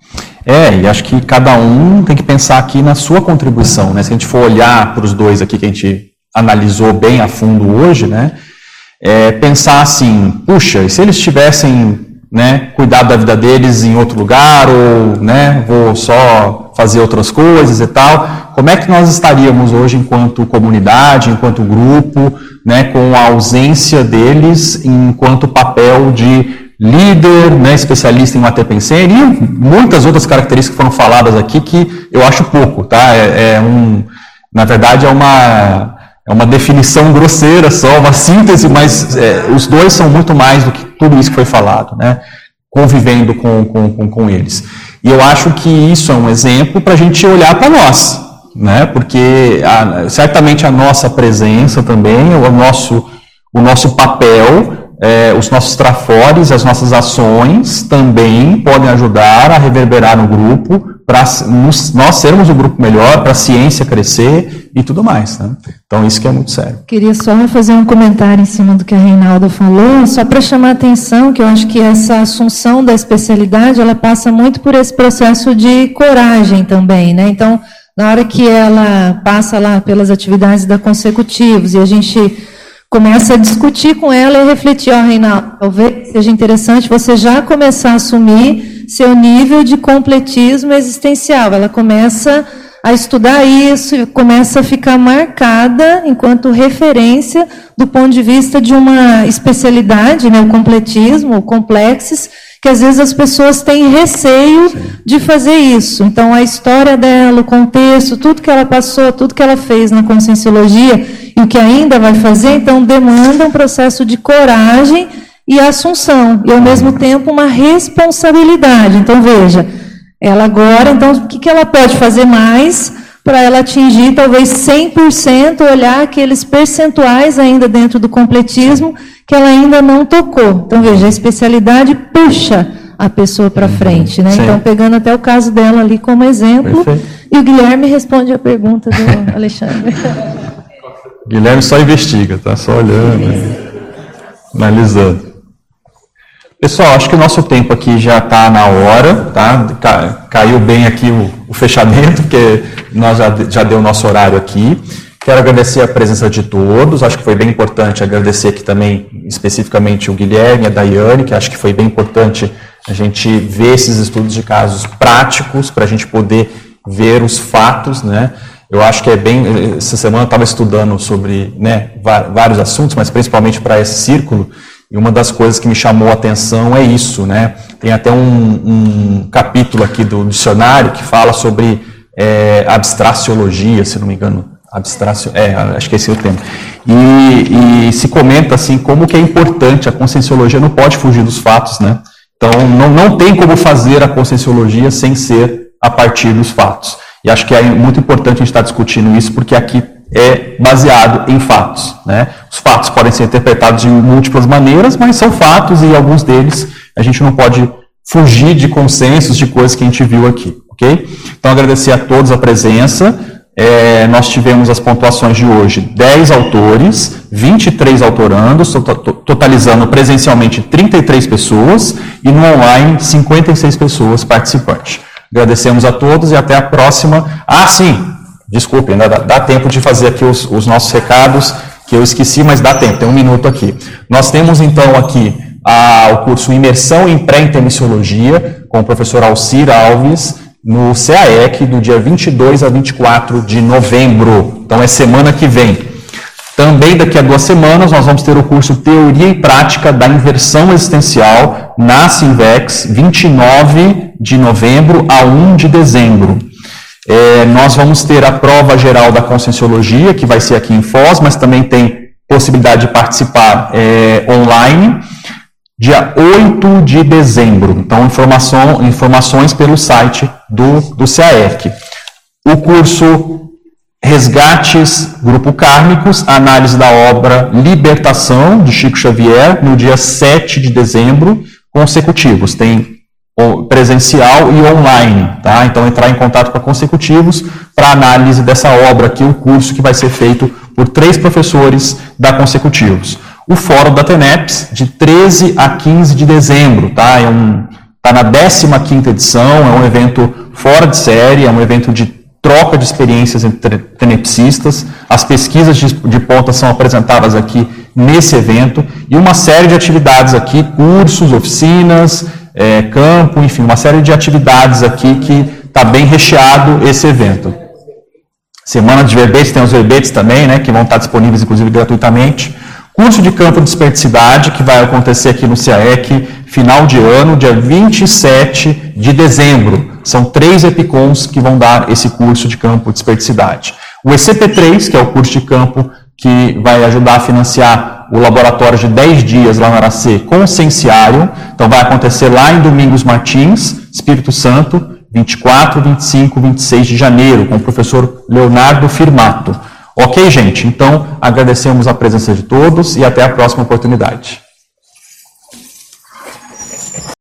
É, e acho que cada um tem que pensar aqui na sua contribuição, né? Se a gente for olhar para os dois aqui que a gente analisou bem a fundo hoje, né? É, pensar assim, puxa, e se eles tivessem, né, cuidado da vida deles em outro lugar, ou, né, vou só fazer outras coisas e tal, como é que nós estaríamos hoje enquanto comunidade, enquanto grupo, né, com a ausência deles enquanto papel de líder, né, especialista em Mater Pensene, e muitas outras características que foram faladas aqui que eu acho pouco, tá? É, é um, na verdade é uma, é uma definição grosseira só, uma síntese, mas é, os dois são muito mais do que tudo isso que foi falado, né? Convivendo com, com, com, com eles. E eu acho que isso é um exemplo para a gente olhar para nós, né? Porque a, certamente a nossa presença também, o nosso, o nosso papel, É, os nossos trafores, as nossas ações também podem ajudar a reverberar no grupo, para nós sermos um grupo melhor, para a ciência crescer e tudo mais, né? Então isso que é muito sério. Queria só fazer um comentário em cima do que a Reinalda falou, só para chamar a atenção que eu acho que essa assunção da especialidade, ela passa muito por esse processo de coragem também, né? Então, na hora que ela passa lá pelas atividades da consecutivos e a gente começa a discutir com ela e refletir, ó, oh, Reinaldo, talvez seja interessante você já começar a assumir seu nível de completismo existencial. Ela começa a estudar isso e começa a ficar marcada enquanto referência do ponto de vista de uma especialidade, né, o completismo, o complexes, que às vezes as pessoas têm receio de fazer isso. Então, a história dela, o contexto, tudo que ela passou, tudo que ela fez na Conscienciologia e o que ainda vai fazer, então, demanda um processo de coragem e assunção, e ao mesmo tempo uma responsabilidade. Então, veja, ela agora, então, o que, que ela pode fazer mais para ela atingir talvez cem por cento, olhar aqueles percentuais ainda dentro do completismo que ela ainda não tocou. Então, veja, a especialidade puxa a pessoa para frente, né? Sim. Então, pegando até o caso dela ali como exemplo, perfeito. E o Guilherme responde a pergunta do Alexandre. Guilherme só investiga, tá? Só olhando, analisando. Pessoal, acho que o nosso tempo aqui já está na hora, tá? Caiu bem aqui o, o fechamento, porque nós já, já deu o nosso horário aqui. Quero agradecer a presença de todos, acho que foi bem importante agradecer aqui também, especificamente o Guilherme e a Daiane, que acho que foi bem importante a gente ver esses estudos de casos práticos, para a gente poder ver os fatos, né? Eu acho que é bem... Essa semana eu estava estudando sobre, né, vários assuntos, mas principalmente para esse círculo, e uma das coisas que me chamou a atenção é isso, né? Tem até um, um capítulo aqui do dicionário que fala sobre é, abstraciologia, se não me engano. Abstracio, é, acho que esse é o tema. E, e se comenta assim, como que é importante, a conscienciologia não pode fugir dos fatos, né? Então, não, não tem como fazer a conscienciologia sem ser a partir dos fatos. E acho que é muito importante a gente estar discutindo isso, porque aqui é baseado em fatos, né? Os fatos podem ser interpretados de múltiplas maneiras, mas são fatos e alguns deles a gente não pode fugir de consensos de coisas que a gente viu aqui, ok? Então, agradecer a todos a presença. É, nós tivemos as pontuações de hoje, dez autores, vinte e três autorandos, totalizando presencialmente trinta e três pessoas e no online cinquenta e seis pessoas participantes. Agradecemos a todos e até a próxima. Ah, sim, desculpe, ainda dá, dá tempo de fazer aqui os, os nossos recados, que eu esqueci, mas dá tempo, tem um minuto aqui. Nós temos então aqui a, o curso Imersão em Pré-Intermissiologia, com o professor Alcir Alves, no C A E C, do dia vinte e dois a vinte e quatro de novembro. Então é semana que vem. Também daqui a duas semanas nós vamos ter o curso Teoria e Prática da Inversão Existencial na Sinvex, vinte e nove de novembro a um de dezembro. É, nós vamos ter a prova geral da Conscienciologia, que vai ser aqui em Foz, mas também tem possibilidade de participar é, online, dia oito de dezembro. Então, informação, informações pelo site do, do C A E C. O curso Resgates Grupo Kármicos, análise da obra Libertação, de Chico Xavier, no dia sete de dezembro, consecutivos. Tem presencial e online, tá? Então, entrar em contato com a Consecutivos para análise dessa obra aqui, o curso que vai ser feito por três professores da Consecutivos. O Fórum da TENEPS, de treze a quinze de dezembro, tá? É um, tá na décima quinta edição, é um evento fora de série, é um evento de troca de experiências entre tenepsistas. As pesquisas de, de ponta são apresentadas aqui nesse evento, e uma série de atividades aqui, cursos, oficinas, é, campo, enfim, uma série de atividades aqui que está bem recheado esse evento. Semana de verbetes, tem os verbetes também, né, que vão estar disponíveis, inclusive, gratuitamente. Curso de campo de esperticidade, que vai acontecer aqui no C A E C, final de ano, dia vinte e sete de dezembro. São três EPICONs que vão dar esse curso de campo de esperticidade. O E C P três, que é o curso de campo que vai ajudar a financiar o laboratório de dez dias lá no Aracê, Conscienciário. Então, vai acontecer lá em Domingos Martins, Espírito Santo, vinte e quatro, vinte e cinco, vinte e seis de janeiro, com o professor Leonardo Firmato. Ok, gente? Então, agradecemos a presença de todos e até a próxima oportunidade.